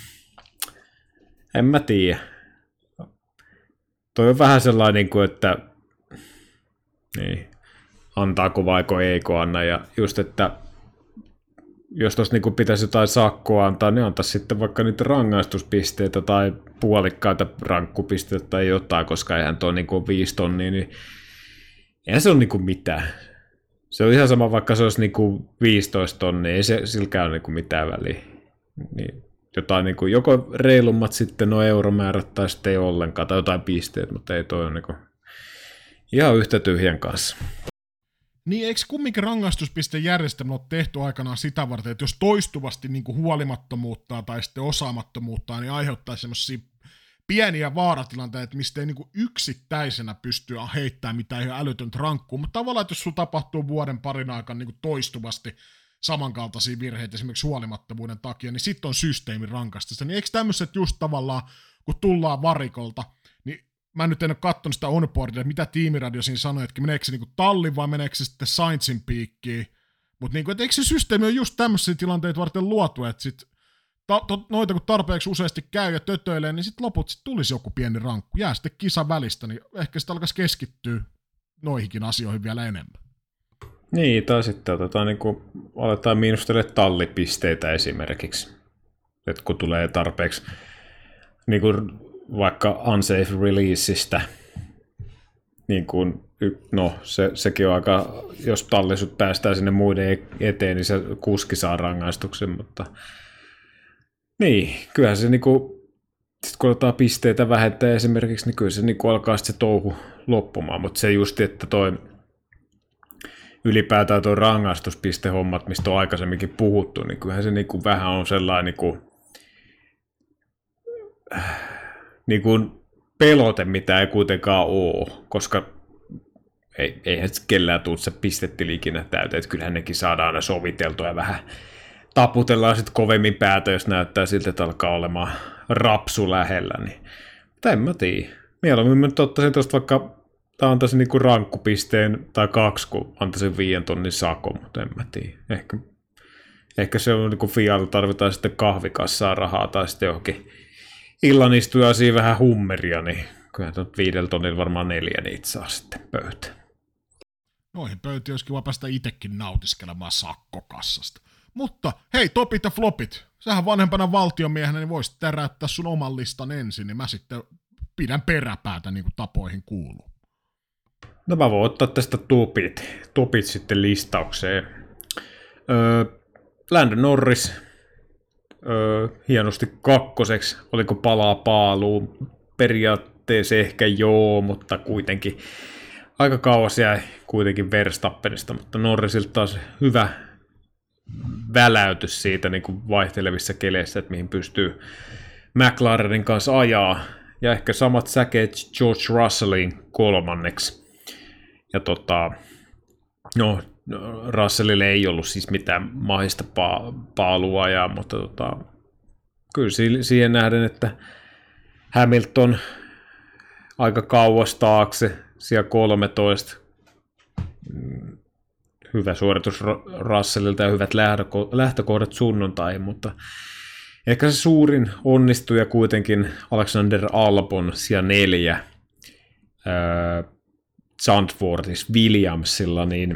B: en mä tiedä. Toi on vähän sellainen, että niin, antaako vaiko eikö anna, ja just, että jos tuossa niin pitäisi jotain sakkoa antaa, niin antaisi sitten vaikka niitä rangaistuspisteitä tai puolikkaita rankkupisteitä tai jotain, koska eihän tuo niin viisi tonnia, niin eihän se ole niin mitään. Se on ihan sama, vaikka se olisi niin viisitoista tonnia, ei se silläkään ole niin mitään väliä. Niin jotain niin kuin, joko reilummat sitten nuo euromäärät tai sitten ei ollenkaan, tai jotain pisteet, mutta ei toi ole niin kuin ihan yhtä tyhjän kanssa.
A: Niin eikö kumminkin rangaistuspistejärjestelmä ole tehty aikanaan sitä varten, että jos toistuvasti niin kuin huolimattomuutta tai sitten osaamattomuutta, niin aiheuttaa semmoisia pieniä vaaratilanteita, mistä ei niinku yksittäisenä pysty heittämään mitään ihan älytöntä rankkuun, mutta tavallaan, että jos sulla tapahtuu vuoden parin aikana niinku toistuvasti samankaltaisia virheitä esimerkiksi huolimattomuuden takia, niin sitten on systeemi rankasta. Niin eikö tämmöiset just tavallaan, kun tullaan varikolta, niin mä nyt en ole katsonut sitä onboardia, että mitä tiimiradio siinä sanoi, että meneekö se niinku tallin vai meneekö se sitten Sainzin piikkiin, mutta niinku, eikö se systeemi ole just tämmöisiä tilanteita varten luotu, että sit ta- to- noita kun tarpeeksi useasti käy ja tötöilee, niin sitten loput sit tulisi joku pieni rankku, jää sitten kisan välistä, niin ehkä sitten alkaisi keskittyä noihinkin asioihin vielä enemmän.
B: Niin, tai sitten otetaan, niin kuin, aletaan miinustella tallipisteitä esimerkiksi, että kun tulee tarpeeksi niin kuin vaikka unsafe releaseista, niin kuin, no se, sekin on aika, jos tallisut päästään sinne muiden eteen, niin se kuski saa rangaistuksen, mutta niin, kyllähän se niin kuin, sit kun otetaan pisteitä vähentää esimerkiksi, niin kyllä se niin kuin alkaa sitten se touhu loppumaan, mutta se just, että toi ylipäätään tuo rangaistuspistehommat, mistä on aikaisemminkin puhuttu, niin kyllähän se niin kuin vähän on sellainen niin kuin, niin kuin pelote, mitä ei kuitenkaan ole, koska ei, eihän kellään tule se pistetili ikinä täyteen, että kyllähän nekin saadaan aina soviteltua ja vähän taputellaan sitten kovemmin päätä, jos näyttää siltä, että alkaa olemaan rapsu lähellä, niin mutta en mä tiedä. Mieluummin mä nyt ottaisin tuosta vaikka tämä antaisin niinku rankkupisteen tai kaksi, kun antaisin viien tonnin sakon, mutta en mä tiedä. Ehkä, ehkä se on niinku Fialla tarvitaan sitten kahvikassaa rahaa tai sitten johonkin illan istuja siinä vähän hummeria, niin kyllä tuon viidellä tonnilla varmaan neljä niitä saa sitten pöytään.
A: Noihin pöytiin olisi kiva päästä itsekin nautiskelemaan sakkokassasta. Mutta hei, topit ja flopit. Sähän vanhempana valtiomiehenä niin voisit täräyttää sun oman listan ensin, niin mä sitten pidän peräpäätä niin kuin tapoihin kuuluu.
B: No mä voin ottaa tästä topit, topit sitten listaukseen. Öö, Lando Norris öö, hienosti kakkoseksi, oliko palaa paaluun, periaatteessa ehkä joo, mutta kuitenkin aika kauas jäi kuitenkin Verstappenista, mutta Norrisilta taas hyvä väläytys siitä niin kuin vaihtelevissa keleissä, että mihin pystyy McLarenin kanssa ajaa, ja ehkä samat säkeet George Russellin kolmanneksi. Ja tota, no, Russellille ei ollut siis mitään mahista pa- paalua ajaa, mutta tota, kyllä siihen nähden, että Hamilton aika kauas taakse, siellä kolmetoista, hyvä suoritus Russellilta ja hyvät lähtökohdat sunnuntaihin, mutta ehkä se suurin onnistuja kuitenkin Alexander Albon siellä neljä, öö, Zandvoortissa Williamsilla, niin,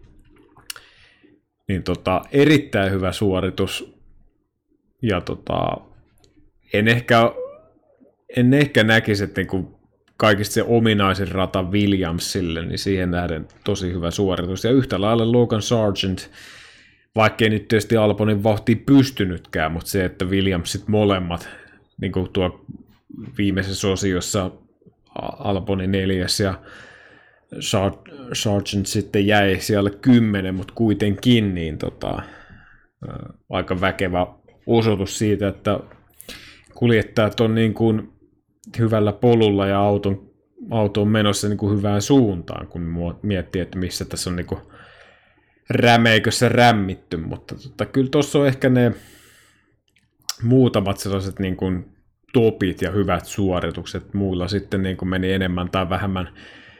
B: niin tota, erittäin hyvä suoritus. Ja tota, en ehkä, en ehkä näkisi, että niinku kaikista se ominaisin rata Williamsille, niin siihen nähden tosi hyvä suoritus. Ja yhtä lailla Logan Sargent, vaikkei nyt tietysti Albonin vauhtiin pystynytkään, mutta se, että Williamsit molemmat, niin kuin tuo viimeisessä osiossa Albonin neljäs ja Sargent sitten jäi siellä kymmenen, mutta kuitenkin niin tota, aika väkevä osoitus siitä, että kuljettajat on niin kuin hyvällä polulla ja auton, auto on menossa niin kuin hyvään suuntaan, kun miettii, että missä tässä on niin kuin rämeikössä rämmitty, mutta tota, kyllä tuossa on ehkä ne muutamat sellaiset niin kuin topit ja hyvät suoritukset, muilla sitten niin kuin meni enemmän tai vähemmän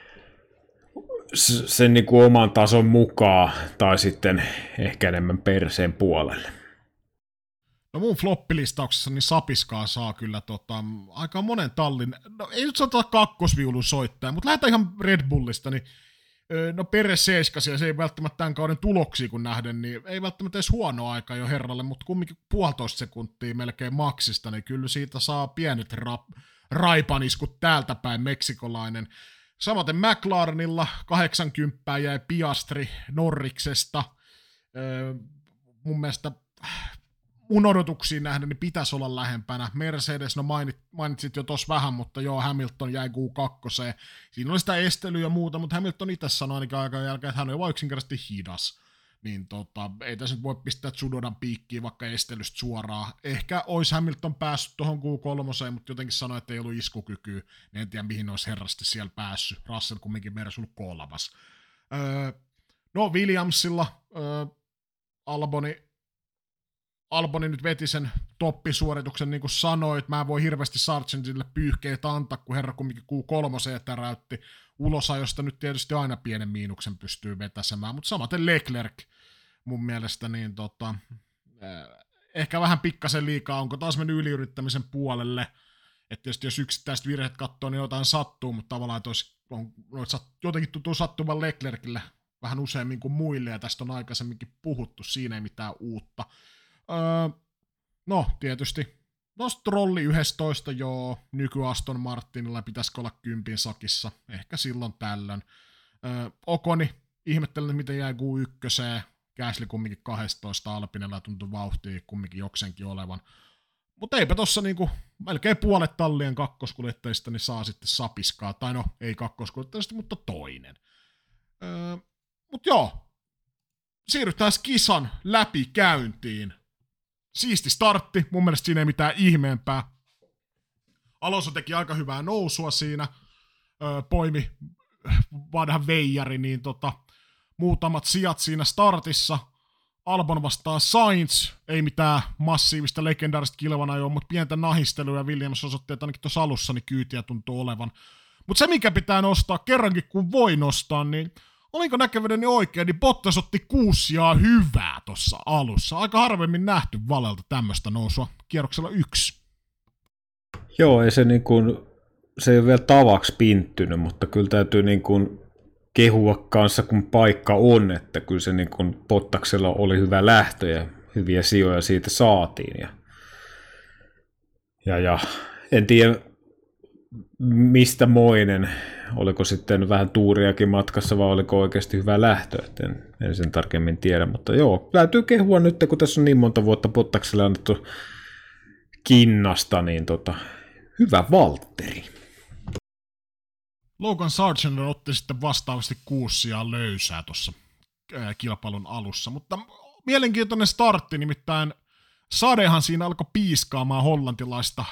B: sen niin kuin oman tason mukaan, tai sitten ehkä enemmän perseen puolelle.
A: No mun floppilistauksessa niin Sapiskaa saa kyllä tota, aika monen tallin, no ei nyt sanota kakkosviulun soittaja, mutta lähdetään ihan Red Bullista, niin no Peres seiskasi ja se ei välttämättä tämän kauden tuloksia kun nähden, niin ei välttämättä edes huono aika jo herralle, mutta kumminkin puolitoista sekuntia melkein maksista, niin kyllä siitä saa pienet rap- raipaniskut täältä päin meksikolainen. Samaten McLarenilla kahdeksankymmentä jäi Piastri Norriksesta. Öö, mun mielestä mun odotuksiin nähden niin pitäisi olla lähempänä. Mercedes, no mainit, mainitsit jo tossa vähän, mutta joo, Hamilton jäi Q kaksi. Siinä oli sitä estelyä ja muuta, mutta Hamilton itse sanoi ainakin aikaa jälkeen, että hän on vain yksinkertaisesti hidas. niin tota, ei tässä nyt voi pistää Tsunodan piikkiin vaikka estelystä suoraan. Ehkä olisi Hamilton päässyt tuohon Q kolme, mutta jotenkin sanoi, että ei ollut iskukykyä, niin en tiedä mihin olisi herrasti siellä päässyt. Russell kumminkin Mersun kolmas. Öö, no Williamsilla öö, Alboni, Alboni nyt veti sen toppisuorituksen, niin kuin sanoit. Mä en voi hirveästi Sargentille pyyhkeet antaa, kun herra kumminkin Q kolme täräytti ulosa, josta nyt tietysti aina pienen miinuksen pystyy vetäsemään, mutta samaten Leclerc mun mielestä, niin tota, ehkä vähän pikkasen liikaa, onko taas mennyt yliyrittämisen puolelle, että tietysti jos yksittäiset virheet katsoo, niin jotain sattuu, mutta tavallaan, että olisi, on, jotenkin tuntuu sattuvan Leclercille vähän useammin kuin muille, ja tästä on aikaisemminkin puhuttu, siinä ei mitään uutta. Öö, no, tietysti no Strolli yksitoista, joo, nyky Aston Martinilla pitäisikö olla kympin sakissa, ehkä silloin tällöin. Öö, Okoni, ihmettelen, miten jäi Q yksi, Gasly kumminkin kaksitoista Alpinella, tuntuu vauhtia kumminkin jokseenkin olevan. Mutta eipä tossa niinku, melkein puolet tallien kakkoskuljettajista niin saa sitten sapiskaa, tai no, ei kakkoskuljettajista, mutta toinen. Öö, mut joo, siirrytään kisan läpikäyntiin. Siisti startti, mun mielestä siinä ei mitään ihmeempää. Alonso teki aika hyvää nousua siinä, öö, poimi vanhan veijari, niin tota, muutamat sijat siinä startissa. Albon vastaa Sainz, ei mitään massiivista legendaarista kilvanajoa, mutta pientä nahistelua, ja Williams osoitti, että ainakin tuossa alussa niin kyytiä tuntuu olevan. Mutta se, mikä pitää nostaa kerrankin, kun voi nostaa, niin olinko näkeväni oikein, niin Bottas otti kuusia hyvää tuossa alussa. Aika harvemmin nähty Valelta tämmöistä nousua kierroksella yksi.
B: Joo, ei se, niin kuin, se ei ole vielä tavaksi pinttynyt, mutta kyllä täytyy niin kuin kehua kanssa, kun paikka on, että kyllä se niin kuin Bottaksella oli hyvä lähtö ja hyviä sijoja siitä saatiin. Ja, ja, ja en tiedä, mistä moinen, oliko sitten vähän tuuriakin matkassa vai oliko oikeasti hyvä lähtö, että en, en sen tarkemmin tiedä, mutta joo, täytyy kehua nyt, kun tässä on niin monta vuotta Bottakselle annettu kinnasta, niin tota, hyvä Valtteri.
A: Logan Sargent otti sitten vastaavasti kuusia löysää tuossa kilpailun alussa, mutta mielenkiintoinen startti, nimittäin sadehan siinä alkoi piiskaamaan hollantilaista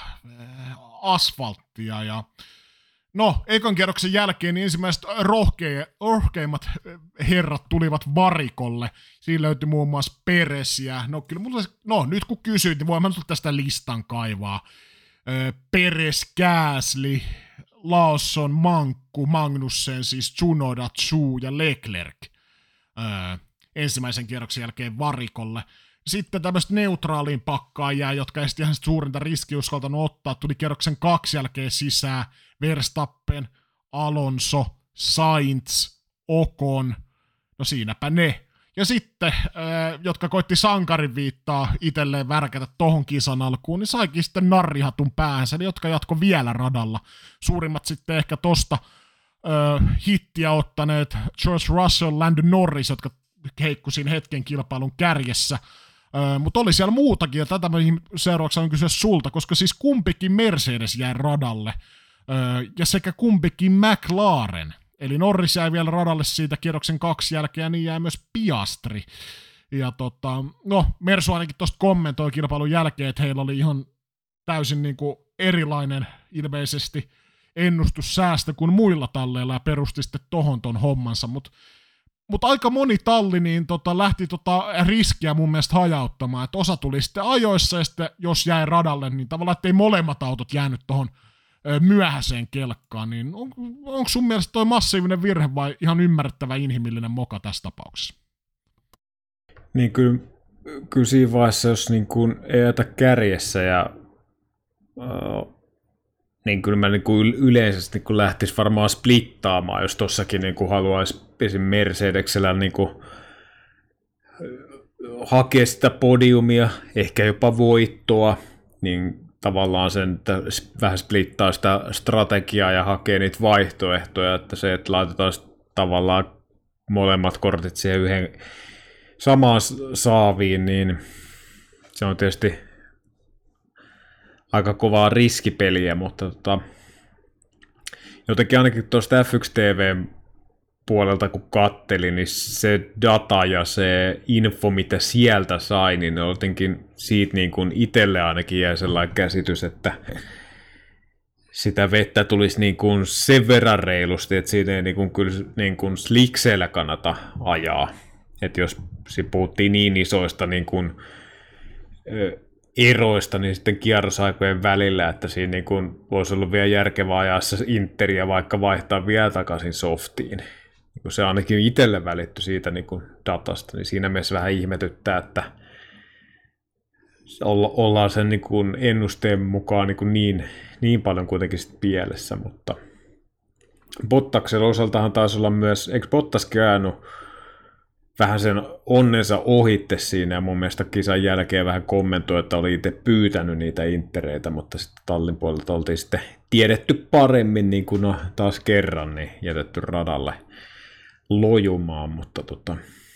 A: asfalttia, ja no, ekan kierroksen jälkeen niin ensimmäiset rohke- rohkeimmat herrat tulivat varikolle. Siinä löytyi muun muassa Peresiä. No, kyllä mulla, no nyt kun kysyit, niin voin mä tästä listan kaivaa. Peres, Gasly, Lawson, Mankku, Magnussen, siis Tsunoda, Tsu ja Leclerc öö, ensimmäisen kierroksen jälkeen varikolle. Sitten tämmöistä neutraaliin pakkaajaa, jotka ei sitten ihan suurinta riskiä uskaltanut ottaa, tuli kierroksen kaksi jälkeen sisään. Verstappen, Alonso, Sainz, Ocon, no siinäpä ne. Ja sitten, öö, jotka koitti sankarin viittaa itselleen värkätä tohon kisan alkuun, niin saikin sitten narrihatun päänsä, ne jotka jatko vielä radalla. Suurimmat sitten ehkä tosta öö, hittiä ottaneet George Russell, Lando Norris, jotka heikku siinä hetken kilpailun kärjessä. Öö, mutta oli siellä muutakin, ja tätä seuraavaksi on kysyä sulta, koska siis kumpikin Mercedes jäi radalle, öö, ja sekä kumpikin McLaren. Eli Norris jäi vielä radalle siitä kierroksen kaksi jälkeen, ja niin jäi myös Piastri. Ja tota, no, Mersu ainakin tuosta kommentoi kilpailun jälkeen, että heillä oli ihan täysin niinku erilainen ilmeisesti ennustussäästö kuin muilla talleilla, ja perusti sitten tohon ton hommansa, mutta mut aika moni talli niin tota, lähti tota riskiä mun mielestä hajauttamaan, että osa tuli sitten ajoissa, ja sitten jos jäi radalle, niin tavallaan ettei molemmat autot jäänyt tohon myöhäiseen kelkkaan, niin on, onko sun mielestä toi massiivinen virhe vai ihan ymmärrettävä inhimillinen moka tässä tapauksessa?
B: Niin kyllä, kyllä siinä vaiheessa, jos niin kuin ei jätä kärjessä ja äh, niin kyllä mä niin kuin yleisesti kun lähtisi varmaan splittaamaan, jos tossakin niin kuin haluaisi esim. Mercedeksellä niin kuin hakea sitä podiumia, ehkä jopa voittoa, niin tavallaan sen, että vähän splittaa sitä strategiaa ja hakee niitä vaihtoehtoja, että se, että laitetaan tavallaan molemmat kortit siihen yhden samaan saaviin, niin se on tietysti aika kovaa riskipeliä, mutta tota, jotenkin ainakin tuosta F yksi T V:n puolelta kun kattelin, niin se data ja se info, mitä sieltä sai, niin jotenkin siitä niin kuin itselle ainakin jäi sellainen käsitys, että sitä vettä tulisi niin kuin sen verran reilusti, että siinä ei niin kuin kyllä niin kuin slikseillä kannata ajaa. Että jos puhuttiin niin isoista niin kuin, ö, eroista, niin sitten kierrosaikojen välillä, että siinä niin kuin voisi olla vielä järkevää ajaa se Interia vaikka vaihtaa vielä takaisin softiin. Kun se ainakin itselle välitty siitä niin kuin datasta, niin siinä mielessä vähän ihmetyttää, että olla, ollaan sen niin kuin ennusteen mukaan niin, kuin niin, niin paljon kuitenkin sit pielessä, mutta Bottaksen osaltahan taisi olla myös, eikö Bottas käynyt vähän sen onnensa ohitte siinä, ja mun mielestä kisan jälkeen vähän kommentoi, että oli itse pyytänyt niitä intereitä, mutta sitten tallin puolelta oltiin sitten tiedetty paremmin, niin kuin no, taas kerran, niin jätetty radalle lojumaan, mutta tota,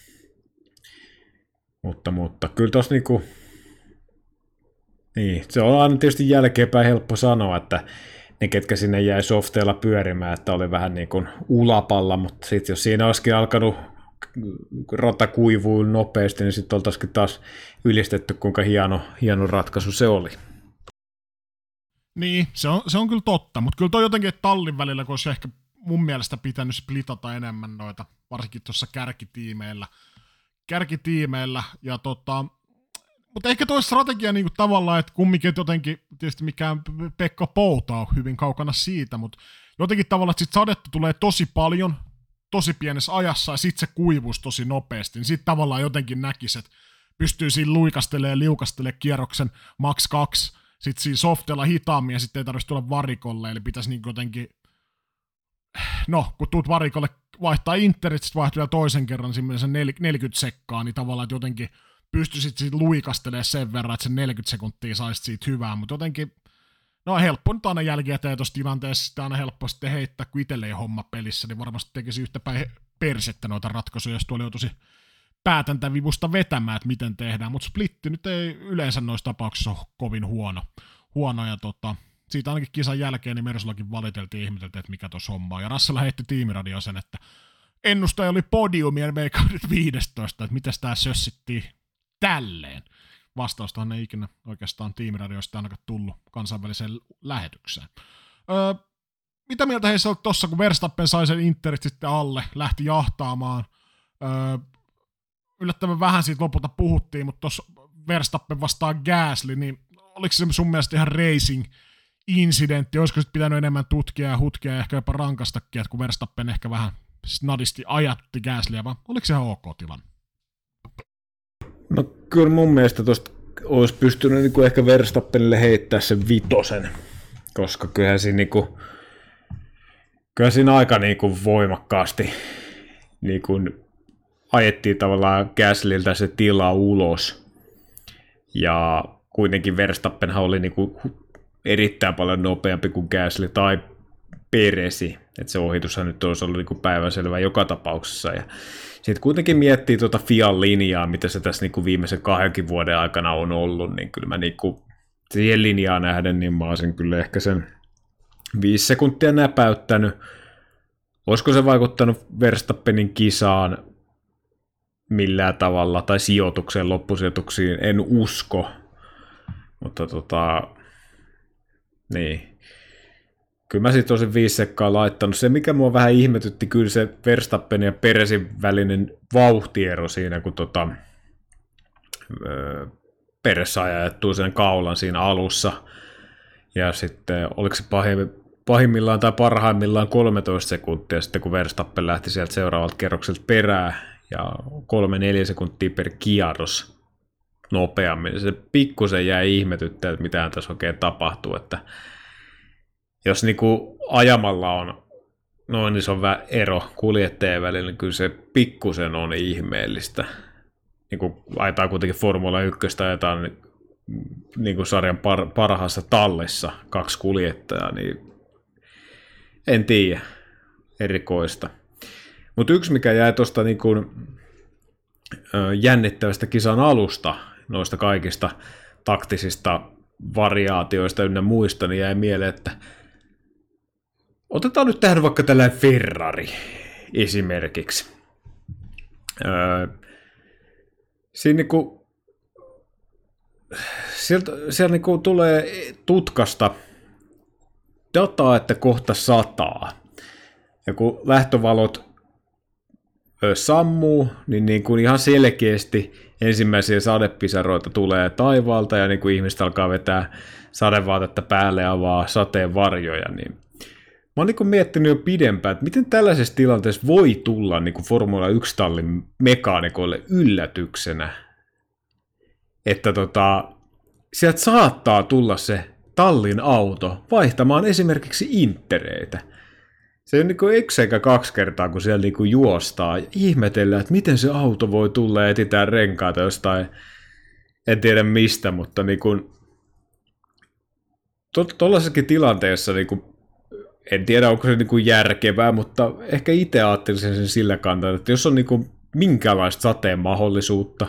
B: mutta, mutta kyllä tossa niinku, niin, se on aina tietysti jälkeenpäin helppo sanoa, että ne, ketkä sinne jäi softeilla pyörimään, että oli vähän niin kuin ulapalla, mutta sitten jos siinä olisikin alkanut rata kuivuu nopeasti, niin sitten oltaisikin taas ylistetty, kuinka hieno, hieno ratkaisu se oli.
A: Niin, se on, se on kyllä totta, mutta kyllä toi jotenkin, että tallin välillä, kun olisi ehkä mun mielestä pitänyt splitata enemmän noita, varsinkin tuossa kärkitiimeillä, kärkitiimeillä, ja tota, mutta ehkä toi strategia niin kuin tavallaan, että kumminkin että jotenkin, tietysti mikään Pekka Pouta on hyvin kaukana siitä, mutta jotenkin tavallaan, että sit sadetta tulee tosi paljon, tosi pienessä ajassa, ja sitten se kuivuisi tosi nopeasti, niin sitten tavallaan jotenkin näkisi, että pystyy siinä luikastelemaan ja liukastelemaan kierroksen max kaksi, sitten siinä softella hitaammin, ja sitten ei tarvitsisi tulla varikolle, eli pitäisi niin jotenkin, no, kun tuut varikolle vaihtaa interit, sitten vaihtuu vielä toisen kerran, niin se neljäkymmentä sekkaa, niin tavallaan, että jotenkin pystyisit siitä luikastelemaan sen verran, että sen neljäkymmentä sekuntia saisit siitä hyvää, mutta jotenkin, no helppo nyt aina jälkikäteen tuossa tilanteessa, sitten aina helppo sitten heittää, kun itselle ei homma pelissä, niin varmasti tekisi yhtä päin persettä noita ratkaisuja, jos tuolla joutuisi päätäntävivusta vetämään, että miten tehdään, mutta splitti nyt ei yleensä noissa tapauksissa ole kovin huono, huono ja tota, siitä ainakin kisan jälkeen niin Mersullakin valiteltiin ihmeteltiin, että mikä tuossa homma on, ja Russell heitti tiimiradio sen, että ennustaja oli podiumia, ja meikä nyt viisitoista, että miten tämä sössittiin tälleen. Vastaustahan ei ikinä oikeastaan tiimiradioista ainakaan tullut kansainväliseen lähetykseen. Öö, mitä mieltä heissä oli tossa, kun Verstappen sai sen Interit sitten alle, lähti jahtaamaan. Öö, yllättävän vähän siitä lopulta puhuttiin, mutta tuossa Verstappen vastaan Gasly, niin oliko se sun mielestä ihan racing-incidentti? Olisiko sitten pitänyt enemmän tutkia ja hutkia ja ehkä jopa rankastakin, että kun Verstappen ehkä vähän snadisti ajatti Gaslyä, vaan oliko se ihan ok tilanne?
B: No kyllä mun mielestä tuosta olisi pystynyt niin kuin ehkä Verstappenille heittää sen vitosen, koska kyllähän siinä, niin kuin, kyllähän siinä aika niin kuin voimakkaasti niin kuin ajettiin tavallaan Gaslyltä se tila ulos. Ja kuitenkin Verstappenhan oli niin kuin erittäin paljon nopeampi kuin Gasly tai Peresi. Että se ohitushan nyt olisi ollut niin kuin päivänselvä joka tapauksessa. Ja sitten kuitenkin miettii tuota Fian linjaa, mitä se tässä niinku viimeisen kahdenkin vuoden aikana on ollut, niin kyllä mä niinku siihen linjaan nähden, niin mä olisin kyllä ehkä sen viisi sekuntia näpäyttänyt. Olisiko se vaikuttanut Verstappenin kisaan millään tavalla, tai sijoitukseen, loppusijoituksiin, en usko. Mutta tota, niin. Kyllä mä sitten olisin viisi sekkaa laittanut. Se, mikä mua vähän ihmetytti, kyllä se Verstappen ja Peresin välinen vauhtiero siinä, kun tota, öö, Peres sai ajettua sen kaulan siinä alussa. Ja sitten oliko se pahimmillaan tai parhaimmillaan kolmetoista sekuntia sitten, kun Verstappen lähti sieltä seuraavalta kerrokselta perään. Ja kolme neljä sekuntia per kierros nopeammin. Se pikkusen jäi ihmetyttää, että mitään tässä oikein tapahtuu, että jos niinku ajamalla on noin iso ero kuljettajien välillä, niin kyllä se pikkusen on ihmeellistä. Niinku ajetaan kuitenkin Formula yksi, ajetaan niinku sarjan par- parhaassa tallissa kaksi kuljettajaa, niin en tiedä, erikoista. Mutta yksi, mikä jäi tuosta niinku, jännittävästä kisan alusta, noista kaikista taktisista variaatioista ynnä muista, niin jäi mieleen, että otetaan nyt tähän vaikka tällainen Ferrari. esimerkiksi. Öö, siinä niinku, sieltä, sieltä niinku tulee tutkasta dataa, että kohta sataa. Ja kun lähtövalot ö, sammuu, niin, niin kuin ihan selkeästi ensimmäisiä sadepisaroita tulee taivaalta ja niin kuin ihmiset alkaa vetää sadevaatetta päälle ja avaa sateen varjoja, niin mä oon niin kuin miettinyt jo pidempään, että miten tällaisessa tilanteessa voi tulla niin kuin Formula yksi-tallin mekaanikoille yllätyksenä, että tota, sieltä saattaa tulla se tallin auto vaihtamaan esimerkiksi intereitä. Se on niin yksi eikä kaksi kertaa, kun siellä niin juostaa ja ihmetellään, että miten se auto voi tulla ja etsitään renkaita jostain, en tiedä mistä, mutta niin kuin, tuollaisessakin tilanteessa, niin kuin, en tiedä onko se niin kuin järkevää, mutta ehkä itse ajattelisin sen sillä kantaa, että jos on niin kuin minkälaista sateen mahdollisuutta,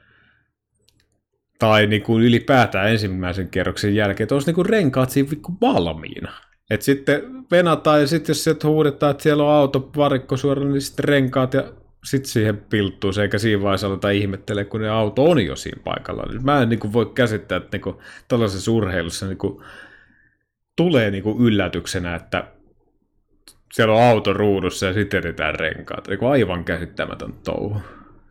B: tai niin kuin ylipäätään ensimmäisen kerroksen jälkeen, että olisi niin kuin renkaat siinä valmiina. Että sitten venataan ja sitten jos sieltä huudetaan, että siellä on auto varikko suoraan, niin sitten renkaat ja sitten siihen pilttuu se, eikä siinä vaiheessa aleta ihmettelee, kun ne auto on jo siinä paikalla. Mä en niin kuin voi käsittää, että niin kuin tällaisessa urheilussa niin kuin tulee niin kuin yllätyksenä, että siellä on auto ruudussa ja sitten edetään renkaat. Niin kuin aivan käsittämätön touhu.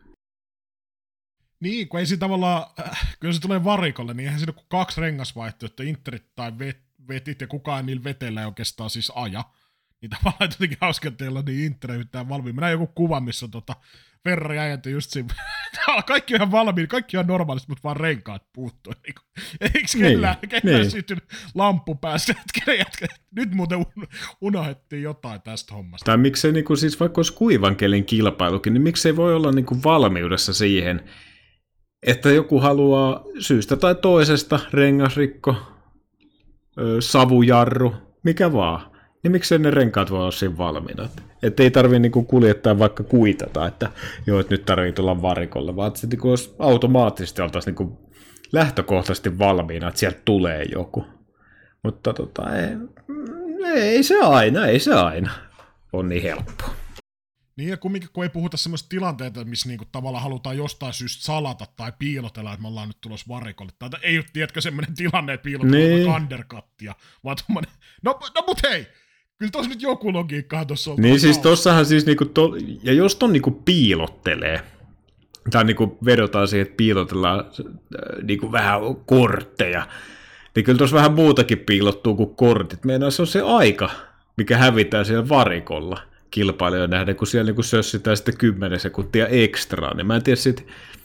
A: Niin, kun ei siinä tavallaan, äh, kyllä se tulee varikolle, niin eihän siinä ole kaksi rengasvaihtoehtoa, interit tai vet, vetit, ja kukaan niillä vetellä ei oikeastaan siis aja. Niin tavallaan jotenkin hauska, että teillä on niin intereyttään valmiin. Mä näin joku kuva, missä on tota Ferrari äijät just siinä, kaikki on ihan valmiin, kaikki on normaalisti, mutta vaan renkaat puuttuu. Eikö kellään, niin, kellään niin. Syttynyt lamppu päässä, että nyt muuten unohdettiin jotain tästä hommasta.
B: Tai miksei niin kuin, siis vaikka olisi kuivan kelin kilpailukin, niin miksei voi olla niin kuin valmiudessa siihen, että joku haluaa syystä tai toisesta rengasrikko, savujarru, mikä vaan. Niin miksei ne renkaat voi olla siinä valmiina. Että ei tarvitse niinku kuljettaa vaikka kuitata, että joo, että nyt tarvitsee tulla varikolle, vaan että se niinku olisi automaattisesti oltaisiin niinku lähtökohtaisesti valmiina, että sieltä tulee joku. Mutta tota, ei, ei se aina, ei se aina on niin helppoa.
A: Niin ja kumminkin, kun ei puhuta semmoista tilanteita, missä niinku tavallaan halutaan jostain syystä salata tai piilotella, että me ollaan nyt tulossa varikolle. Tai ei ole, tiedätkö, semmoinen tilanne, että piilotellaan niin. Undercuttia, vaan tommoinen, no, no mut hei, kyllä tossa nyt joku logiikkahan tossa on.
B: Niin siis tossahan siis niinku, to, ja jos ton niinku piilottelee, tai niinku vedotaan siihen, että piilotellaan äh, niinku vähän kortteja, niin kyllä tossa vähän muutakin piilottuu kuin kortit. Meidän se on se aika, mikä hävitään siellä varikolla kilpailijoiden nähden, kun siellä niin sössitään sitten kymmenen sekuntia ekstraa, niin mä en tiedä sitten,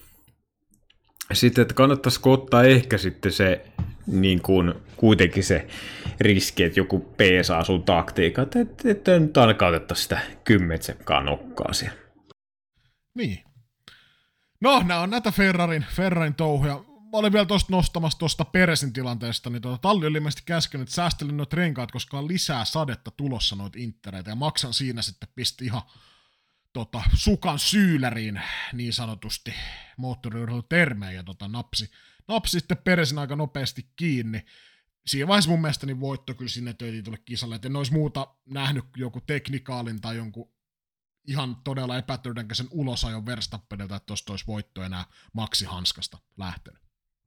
B: sit, että kannattaisiko ottaa ehkä sitten se niin kuin, kuitenkin se riski, että joku peesaa sun taktiikat, että, että nyt ainakaan otettaisiin sitä kymmentä sekkaa nokkaa siellä.
A: Niin. No, nämä on näitä Ferrarin, Ferrarin touhuja. Mä olin vielä tuosta nostamassa tuosta Peresin tilanteesta, niin tuota, talli oli ilmeisesti käskenyt, että säästelin noita renkaat, koska on lisää sadetta tulossa noita intereitä, ja maksan siinä sitten pisti ihan tota, sukan syyläriin niin sanotusti moottoriurheilutermejä ja tota, napsi, napsi sitten Peresin aika nopeasti kiinni. Siinä vaiheessa mun mielestä niin voitto kyllä sinne töitiin tulle kisalle, että en olisi muuta nähnyt joku teknikaalin tai jonkun ihan todella epätodennäköisen ulosajon Verstappenilta, että tuosta olisi voitto enää Maxi Hanskasta lähtenyt.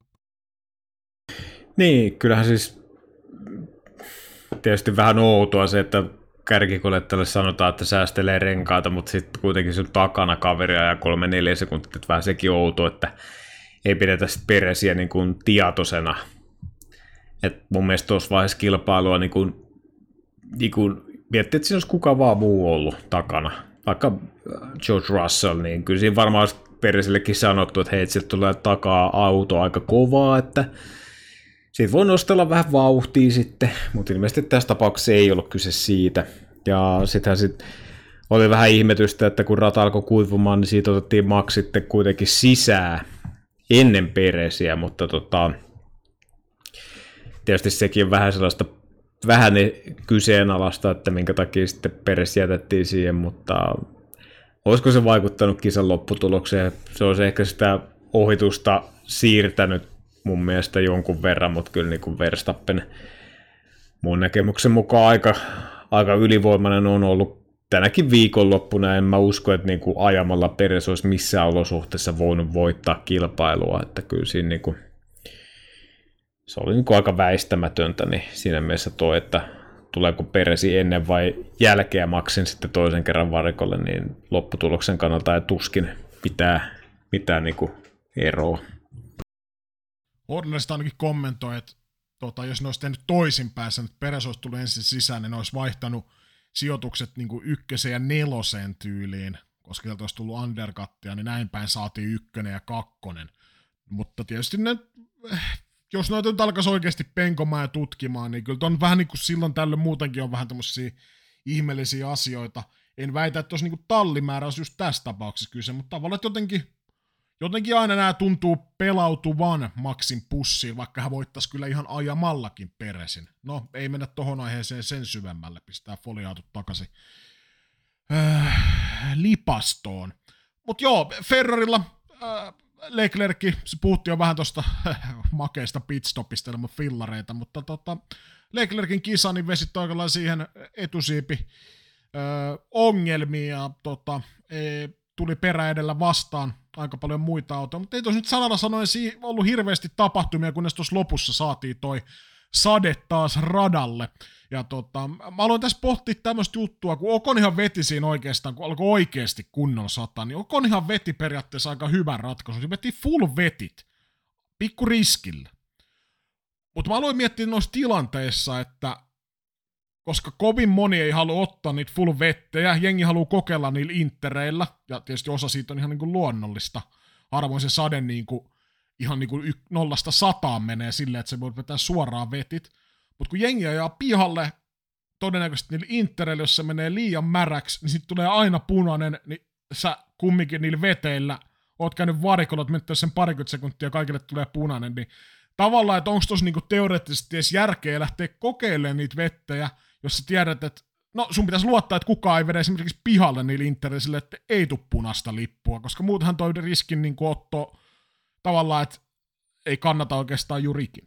B: Niin, kyllähän siis tietysti vähän outoa se, että kärkikuljettajalle sanotaan, että säästelee renkaita, mutta sitten kuitenkin sun takana kaveria ja kolme neljä sekuntia, että vähän sekin outo, että ei pidetä sitten Peresiä niin kuin tietoisena. Et mun mielestä tuossa vaiheessa kilpailua niin kuin, niin kuin miettii, että siinä olisi kuka vaan muu ollut takana. Vaikka George Russell, niin kyllä siinä varmaan olisi Peresillekin sanottu, että hei, sieltä tulee takaa auto aika kovaa, että siitä voi nostella vähän vauhtia sitten, mutta ilmeisesti tässä tapauksessa ei ollut kyse siitä. Ja sittenhän sitten oli vähän ihmetystä, että kun rata alkoi kuivumaan, niin siitä otettiin Max sitten kuitenkin sisään ennen Peresiä, mutta tota, tietysti sekin on vähän sellaista vähän kyseenalaista, että minkä takia sitten Peres jätettiin siihen, mutta olisiko se vaikuttanut kisan lopputulokseen? Se olisi ehkä sitä ohitusta siirtänyt mun mielestä jonkun verran, mutta kyllä niin kuin Verstappen mun näkemyksen mukaan aika, aika ylivoimainen on ollut tänäkin viikonloppuna en mä usko, että niinku ajamalla Perez olisi missään olosuhteessa voinut voittaa kilpailua, että kyllä siinä niinku, se oli niinku aika väistämätöntä, niin siinä mielessä toi, että tuleeko Perezi ennen vai jälkeen Maxin sitten toisen kerran varikolle, niin lopputuloksen kannalta ei tuskin pitää mitään niinku eroa.
A: Hornerista ainakin kommentoi, että tota, jos ne olisi tehnyt toisinpäin, että Perez olisi tullut ensin sisään, niin ne olisi vaihtanut sijoitukset niin kuin ykkösen ja nelosen tyyliin, koska sieltä olisi tullut undercuttia, niin näin päin saatiin ykkönen ja kakkonen. Mutta tietysti ne, jos noita nyt alkaisi oikeasti penkomaan ja tutkimaan, niin kyllä on vähän niin kuin silloin tällöin muutenkin on vähän tämmöisiä ihmeellisiä asioita. En väitä, että olisi niin kuin tallimääräys just tässä tapauksessa kyse, mutta tavallaan, että jotenkin Jotenkin aina nämä tuntuu pelautuvan Maxin pussiin, vaikka hän voittaisi kyllä ihan ajamallakin Perezin. No, ei mennä tohon aiheeseen sen syvemmälle, pistää foliaatut takaisin äh, lipastoon. Mutta joo, Ferrarilla äh, Leclerc, se puhuttiin jo vähän tuosta makeista pitstopista ilman fillareita, mutta tota, Leclercin kisa niin vesi oikeastaan siihen etusiipi äh, ongelmia ja tota, e, tuli perä edellä vastaan aika paljon muita autoja, mutta ei tuossa nyt sanalla sanoen ollut hirveästi tapahtumia, kunnes tuossa lopussa saatiin toi sade taas radalle. Ja tota, mä aloin tässä pohtia tämmöistä juttua, kun Oconihan veti siinä oikeastaan, kun alkoi oikeasti kunnon sataa, niin Oconihan veti periaatteessa aika hyvän ratkaisun. Se veti full vetit, pikku riskillä. Mutta mä aloin miettiä noissa tilanteissa, että koska kovin moni ei halua ottaa niitä full vettejä, jengi haluaa kokeilla niillä intereillä, ja tietysti osa siitä on ihan niin kuin luonnollista. Harvoin se sade niin kuin, ihan niin kuin y- nollasta sataan menee silleen, että se voi vetää suoraan vetit. Mutta kun jengi ajaa pihalle, todennäköisesti niillä intereillä, jos se menee liian märäksi, niin sitten tulee aina punainen, niin sä kumminkin niillä veteillä oot käynyt varikolla, että mennyt sen parikymmentä sekuntia ja kaikille tulee punainen, niin tavallaan, että onko tuossa niinku teoreettisesti edes järkeä lähteä kokeilemaan niitä vettejä, jos sä tiedät, että no sun pitäisi luottaa, että kukaan ei vedä esimerkiksi pihalle niillä intereillä, että ei tule punaista lippua, koska muutenhan toi riskin niin otto tavallaan, että ei kannata oikeastaan jurikin.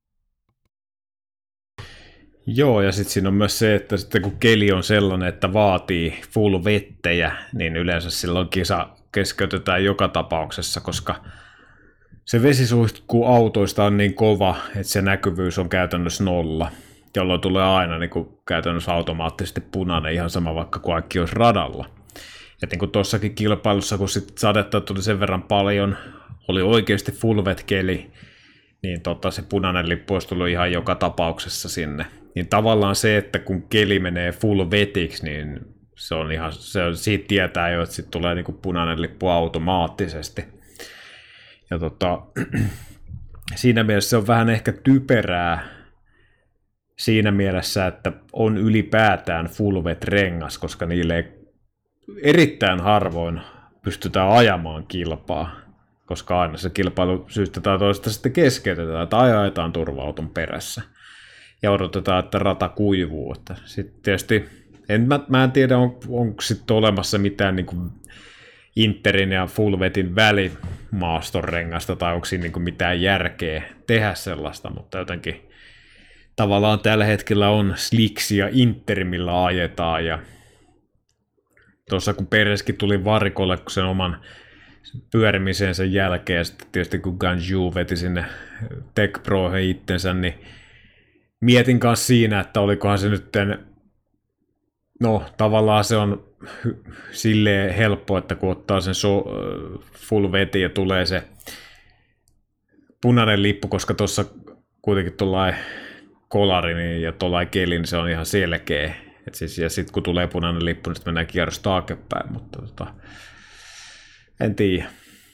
B: Joo, ja sitten siinä on myös se, että sitten kun keli on sellainen, että vaatii full vettejä, niin yleensä silloin kisa keskeytetään joka tapauksessa, koska se vesisuihku autoista on niin kova, että se näkyvyys on käytännössä nolla, jolloin tulee aina niin kuin käytännössä automaattisesti punainen, ihan sama vaikka kaikki olisi radalla. Ja niin kuin tuossakin kilpailussa, kun sit sadetta tuli sen verran paljon, oli oikeasti full wet keli, niin tota, se punainen lippu olisi tullut ihan joka tapauksessa sinne. Niin tavallaan se, että kun keli menee full vetiksi, niin se on ihan, se on, siitä tietää jo, että sitten tulee niin kuin punainen lippu automaattisesti. Ja tota, siinä mielessä se on vähän ehkä typerää siinä mielessä, että on ylipäätään full wet rengas, koska niille ei erittäin harvoin pystytään ajamaan kilpaa, koska aina se kilpailu syystä tai toisesta sitten keskeytetään tai ajetaan turva-auton perässä ja odotetaan, että rata kuivuu. Sitten tietysti, en, mä, mä en tiedä, on, onko sitten olemassa mitään niin kuin Interin ja full wetin välimaastonrengasta tai onko siinä niin kuin mitään järkeä tehdä sellaista, mutta jotenkin tavallaan tällä hetkellä on Slicks ja Inter, millä ajetaan, ja tuossa kun Perezkin tuli varikolle kun sen oman pyörimisen sen jälkeen, ja sitten tietysti kun Ganju veti sinne Tech Prohen itsensä, niin mietin kanssa siinä, että olikohan se nyt, no tavallaan se on silleen helppo, että kun ottaa sen so, full veti ja tulee se punainen lippu, koska tuossa kuitenkin tuollainen kolari niin, ja tuollainen keli, niin se on ihan selkeä. Et siis, ja sitten kun tulee punainen lippu, niin sitten mennään kierros taaksepäin, mutta tota, en tiedä.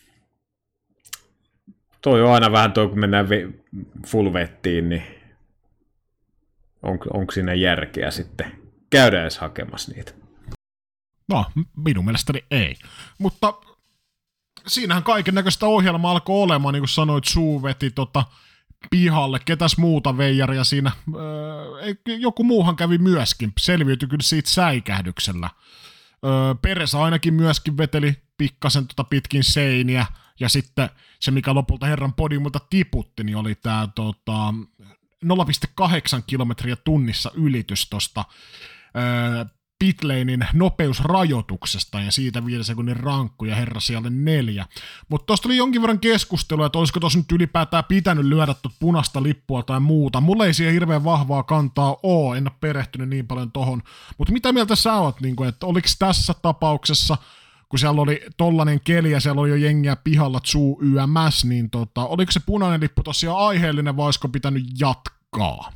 B: Toi on aina vähän tuo, kun mennään full vettiin, niin on, onko siinä järkeä sitten käydä edes hakemassa niitä?
A: No, minun mielestäni ei. Mutta siinähän kaiken näköistä ohjelmaa alkoi olemaan, niin kuin sanoit, Suu veti tota pihalle, ketäs muuta veijaria siinä, öö, joku muuhan kävi myöskin, selviytyi kyllä siitä säikähdyksellä. Öö, Perez ainakin myöskin veteli pikkasen tota pitkin seiniä, ja sitten se, mikä lopulta herran podiumilta tiputti, niin oli tämä tota, nolla pilkku kahdeksan kilometriä tunnissa ylitys tuosta öö, pitlanein nopeusrajoituksesta ja siitä viiden sekunnin rankku ja herra siellä neljä. Mutta tuosta oli jonkin verran keskustelua, että olisiko tuossa nyt ylipäätään pitänyt lyödä tuota punaista lippua tai muuta. Mulla ei siihen hirveän vahvaa kantaa oo, en ole perehtynyt niin paljon tohon. Mutta mitä mieltä sä oot, niin kun, että oliko tässä tapauksessa, kun siellä oli tollanen keli ja siellä oli jo jengiä pihalla Zoo Y M S, niin tota, oliko se punainen lippu tosiaan aiheellinen vai olisiko pitänyt jatkaa?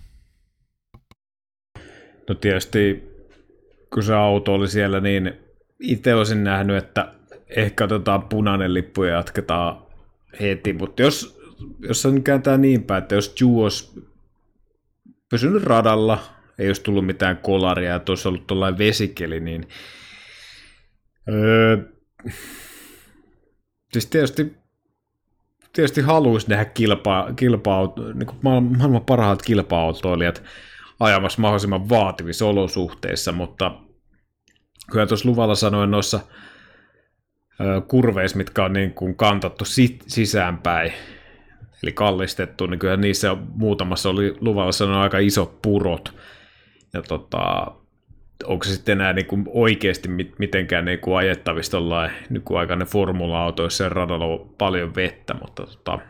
B: No tietysti, kun se auto oli siellä, niin itse olisin nähnyt, että ehkä otetaan punainen lippu ja jatketaan heti, mutta jos, jos se kääntää niin päin, että jos Ju olisi pysynyt radalla, ei olisi tullut mitään kolaria ja olisi ollut tuollainen vesikeli, niin öö, siis tietysti, tietysti haluaisi nähdä kilpa, kilpa niin kuin maailman parhaat kilpa-autoilijat ajamassa mahdollisimman vaativissa olosuhteissa, mutta kyllä tuossa luvalla sanoen noissa ö, kurveissa, mitkä on niin kuin kantattu sit, sisäänpäin, eli kallistettu, niin kyllä niissä muutamassa oli luvalla sanoen aika isot purot. Ja tota, onko se sitten enää niin kuin oikeasti mitenkään niin kuin ajettavista jollain nykyaikainen formula-auto, jos sen radalla on paljon vettä, mutta tota,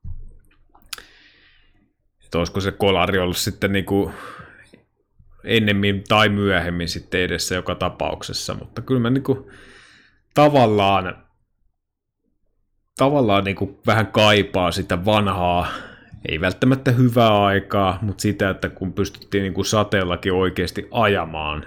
B: että olisiko se kolari ollut sitten niin kuin ennemmin tai myöhemmin sitten edessä joka tapauksessa, mutta kyllä mä niin kuin tavallaan, tavallaan niin kuin vähän kaipaa sitä vanhaa, ei välttämättä hyvää aikaa, mutta sitä, että kun pystyttiin niin kuin sateellakin oikeasti ajamaan.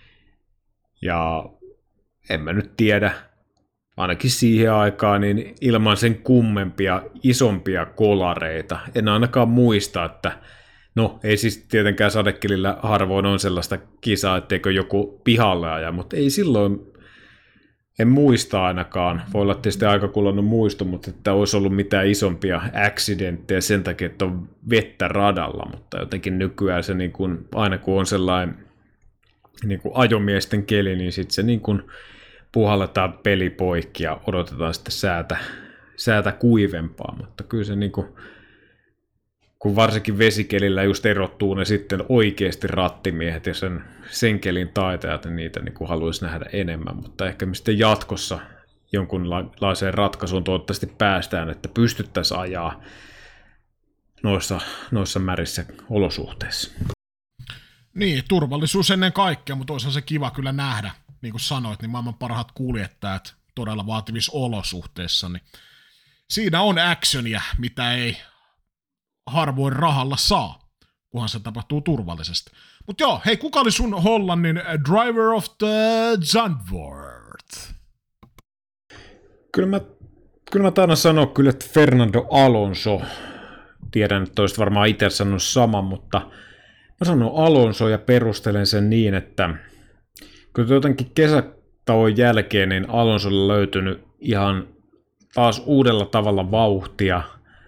B: Ja en mä nyt tiedä, ainakin siihen aikaan, niin ilman sen kummempia, isompia kolareita. En ainakaan muista, että no ei siis tietenkään sadekelillä harvoin on sellaista kisaa, etteikö joku pihalle aja, mutta ei silloin, en muista ainakaan, voi olla tietysti aika kulunut muisto, mutta että olisi ollut mitään isompia accidentteja sen takia, että on vettä radalla, mutta jotenkin nykyään se niin kuin, aina kun on sellainen niin kuin ajomiesten keli, niin sitten se niin kuin puhalletaan peli poikki ja odotetaan sitten säätä, säätä kuivempaa, mutta kyllä se niin kuin, kun varsinkin vesikelillä just erottuu ne sitten oikeasti rattimiehet ja sen, sen kelin taitajat, niin niitä niin kuin haluaisi nähdä enemmän, mutta ehkä me sitten jatkossa jonkunlaiseen ratkaisuun toivottavasti päästään, että pystyttäisiin ajaa noissa, noissa märissä olosuhteissa.
A: Niin, turvallisuus ennen kaikkea, mutta olisihan se kiva kyllä nähdä, niin kuin sanoit, niin maailman parhaat kuljettajat todella vaativissa olosuhteissa, niin siinä on actionia, mitä ei harvoin rahalla saa, kunhan se tapahtuu turvallisesti. Mutta joo, hei, kuka oli sun Hollannin driver of the Zandvoort?
B: Kyllä mä, kyllä mä taidan sanoa kyllä, että Fernando Alonso. Tiedän, että olisit varmaan itse sanonut saman, mutta mä sanon Alonso ja perustelen sen niin, että kyllä jotenkin kesätauon jälkeen niin Alonsolle löytynyt ihan taas uudella tavalla vauhtia,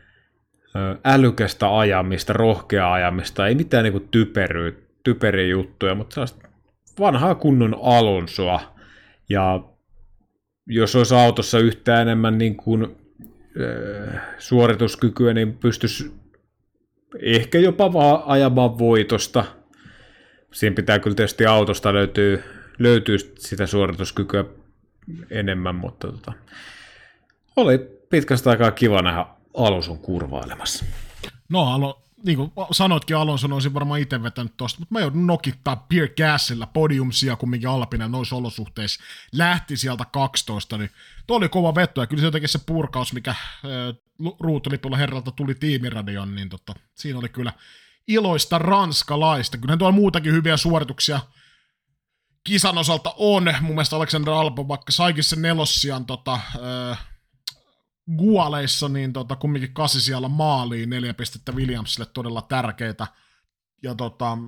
B: älykästä ajamista, rohkeaa ajamista, ei mitään niinku typeryä, typeriä juttuja, mutta vanhaa kunnon Alonsoa. Ja jos olisi autossa yhtään enemmän niin kuin, äh, suorituskykyä, niin pystyisi ehkä jopa vaan ajamaan voitosta. Siinä pitää kyllä tietysti autosta löytyy, löytyy sitä suorituskykyä enemmän, mutta tota, oli pitkästä aikaa kiva nähdä Alonson kurvailemassa.
A: No, alo, niin kuin sanoitkin, Alonson olisi varmaan itse vetänyt tosta, mutta mä joudun nokittaa Pierre Gassilla podiumsia kumminkin Alpinen noissa olosuhteissa. Lähti sieltä kaksitoista, niin tuo oli kova veto, ja kyllä se jotenkin se purkaus, mikä äh, ruutulipulla herralta tuli tiimiradion, niin tota, siinä oli kyllä iloista ranskalaista. Kyllähän tuolla muutakin hyviä suorituksia kisan osalta on. Mun mielestä Alexander Albon, vaikka saikin sen nelossian tota, äh, Gualeissa, niin tota, kumminkin kasi siellä maaliin, neljä pistettä Williamsille todella tärkeitä. Ja tota,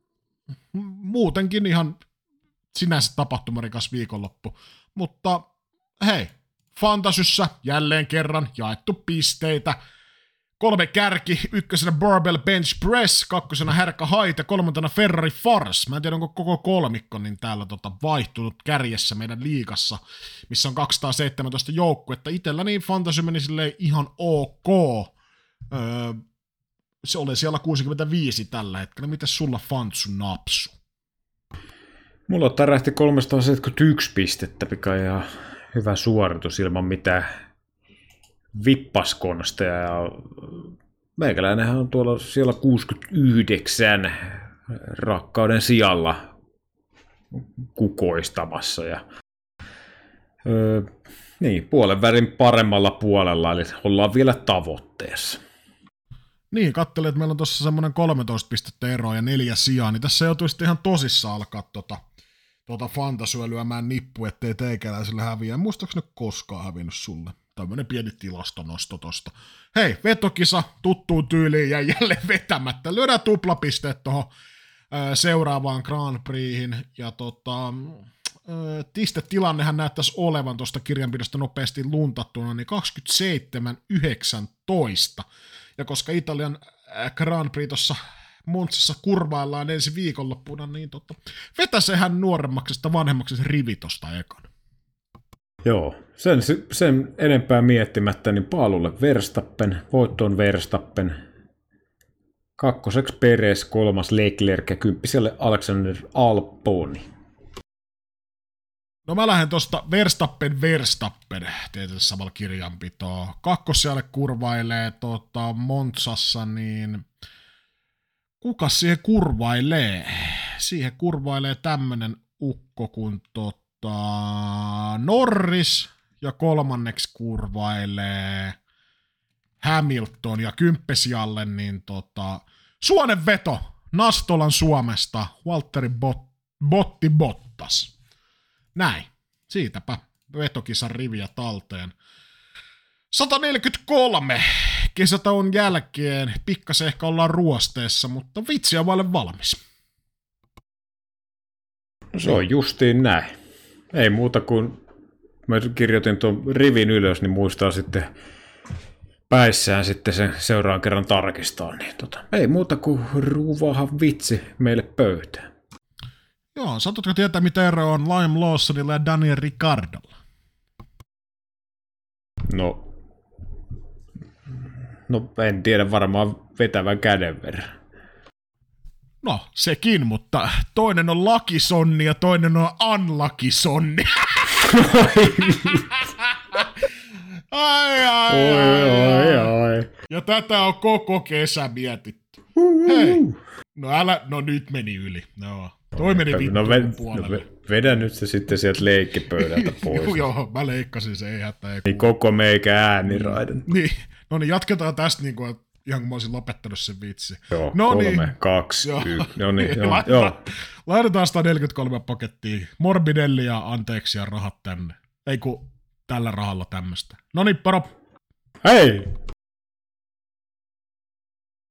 A: muutenkin ihan sinänsä tapahtumarikas viikonloppu. Mutta hei, Fantasyssä jälleen kerran jaettu pisteitä. Kolme kärki, ykkösenä Barbell Bench Press, kakkosena Härkä Haite, kolmantena Ferrari Fars. Mä en tiedä, onko koko kolmikko niin täällä tota, vaihtunut kärjessä meidän liigassa, missä on kaksisataaseitsemäntoista joukkuetta. Itellä niin Fantasy meni silleen ihan ok. Öö, se oli siellä kuusikymmentäviisi tällä hetkellä. Mites sulla Fantsu napsu?
B: Mulla tärähti kolmesataaseitsemänkymmentäyksi pistettä, mikä on ihan hyvä suoritus ilman mitään vippaskonsteja. Ja meikäläinenhän on tuolla siellä kuusikymmentäyhdeksän rakkauden sijalla kukoistamassa. Ja, öö, niin, puolen värin paremmalla puolella, eli ollaan vielä tavoitteessa.
A: Niin, katselin, että meillä on tuossa semmoinen kolmetoista pistettä eroa ja neljä sijaa, niin tässä joutuu sitten ihan tosissaan alkaa tuota, tuota fantasyä lyömään nippu, ettei teikäläiselle häviä. Muistaaks ne koskaan hävinnyt sulle? Tämmöinen pieni tilastonosto tosta. Hei, vetokisa tuttuun tyyliin ja jälleen vetämättä. Lyödään tuplapisteet tuohon seuraavaan Grand Prixin. Ja tota, tistetilannehan näyttäisi olevan tuosta kirjanpidosta nopeasti luntattuna, niin kaksikymmentäseitsemän yhdeksäntoista. Ja koska Italian Grand Prix tuossa Monzassa kurvaillaan ensi viikonloppuna, niin tota, vetäsehän nuoremmaksesta vanhemmaksi rivi tosta ekan.
B: Joo, sen, sen enempää miettimättä, niin paalulle Verstappen, voittoon Verstappen, kakkoseksi Perez, kolmas Leclerc ja kymppiselle Alexander Alboni.
A: No mä lähden tosta Verstappen Verstappen, tietysti samalla kirjanpitoa. Kakkossijalle kurvailee tota Monzassa, niin kuka siihen kurvailee? Siihen kurvailee tämmönen ukko kuin tota Norris, ja kolmanneksi kurvailee Hamilton, ja kymppesijalle niin tota suonen veto Nastolan Suomesta, Valtteri Bot- Botti Bottas. Näin, siitäpä vetokisan riviä talteen. sata neljäkymmentäkolme kesätauon jälkeen, pikkasen ehkä ollaan ruosteessa, mutta vitsiä vaille valmis.
B: No se on justiin näin. Ei muuta kuin, mä kirjoitin tuon rivin ylös, niin muistaa sitten päissään sitten sen seuraavan kerran tarkistaa. Niin tota, ei muuta kuin ruuvahan vitsi meille pöytään.
A: Joo, saatko tietää, mitä ero on Liam Lawsonilla ja Daniel Ricciardolla?
B: No, no, en tiedä, varmaan vetävän käden verran.
A: No, sekin, mutta toinen on Lucky Sonni ja toinen on Unlucky Sonni. ai, ai,
B: oi,
A: ai,
B: oi, oi.
A: Ja tätä on koko kesä mietitty. Hei, no älä, no nyt meni yli. No, toi meni vittuun
B: no, ve,
A: puolelle.
B: No, vedä nyt se sitten sieltä leikkipöydältä pois.
A: Joo, mä leikkasin se, ei hätää. Ei
B: niin koko meikä ääniraiden.
A: Niin, no niin, jatketaan tästä niin kuin, ihan kun mä olisin lopettanut sen vitsi.
B: Joo,
A: no
B: kolme,
A: niin.
B: kaksi,
A: Joo.
B: yksi. No niin, joo,
A: laitetaan,
B: joo.
A: laitetaan sata neljäkymmentäkolme pakettia. Morbidelli ja anteeksi ja rahat tänne. Ei kun tällä rahalla tämmöstä. No niin, paro.
B: Hei!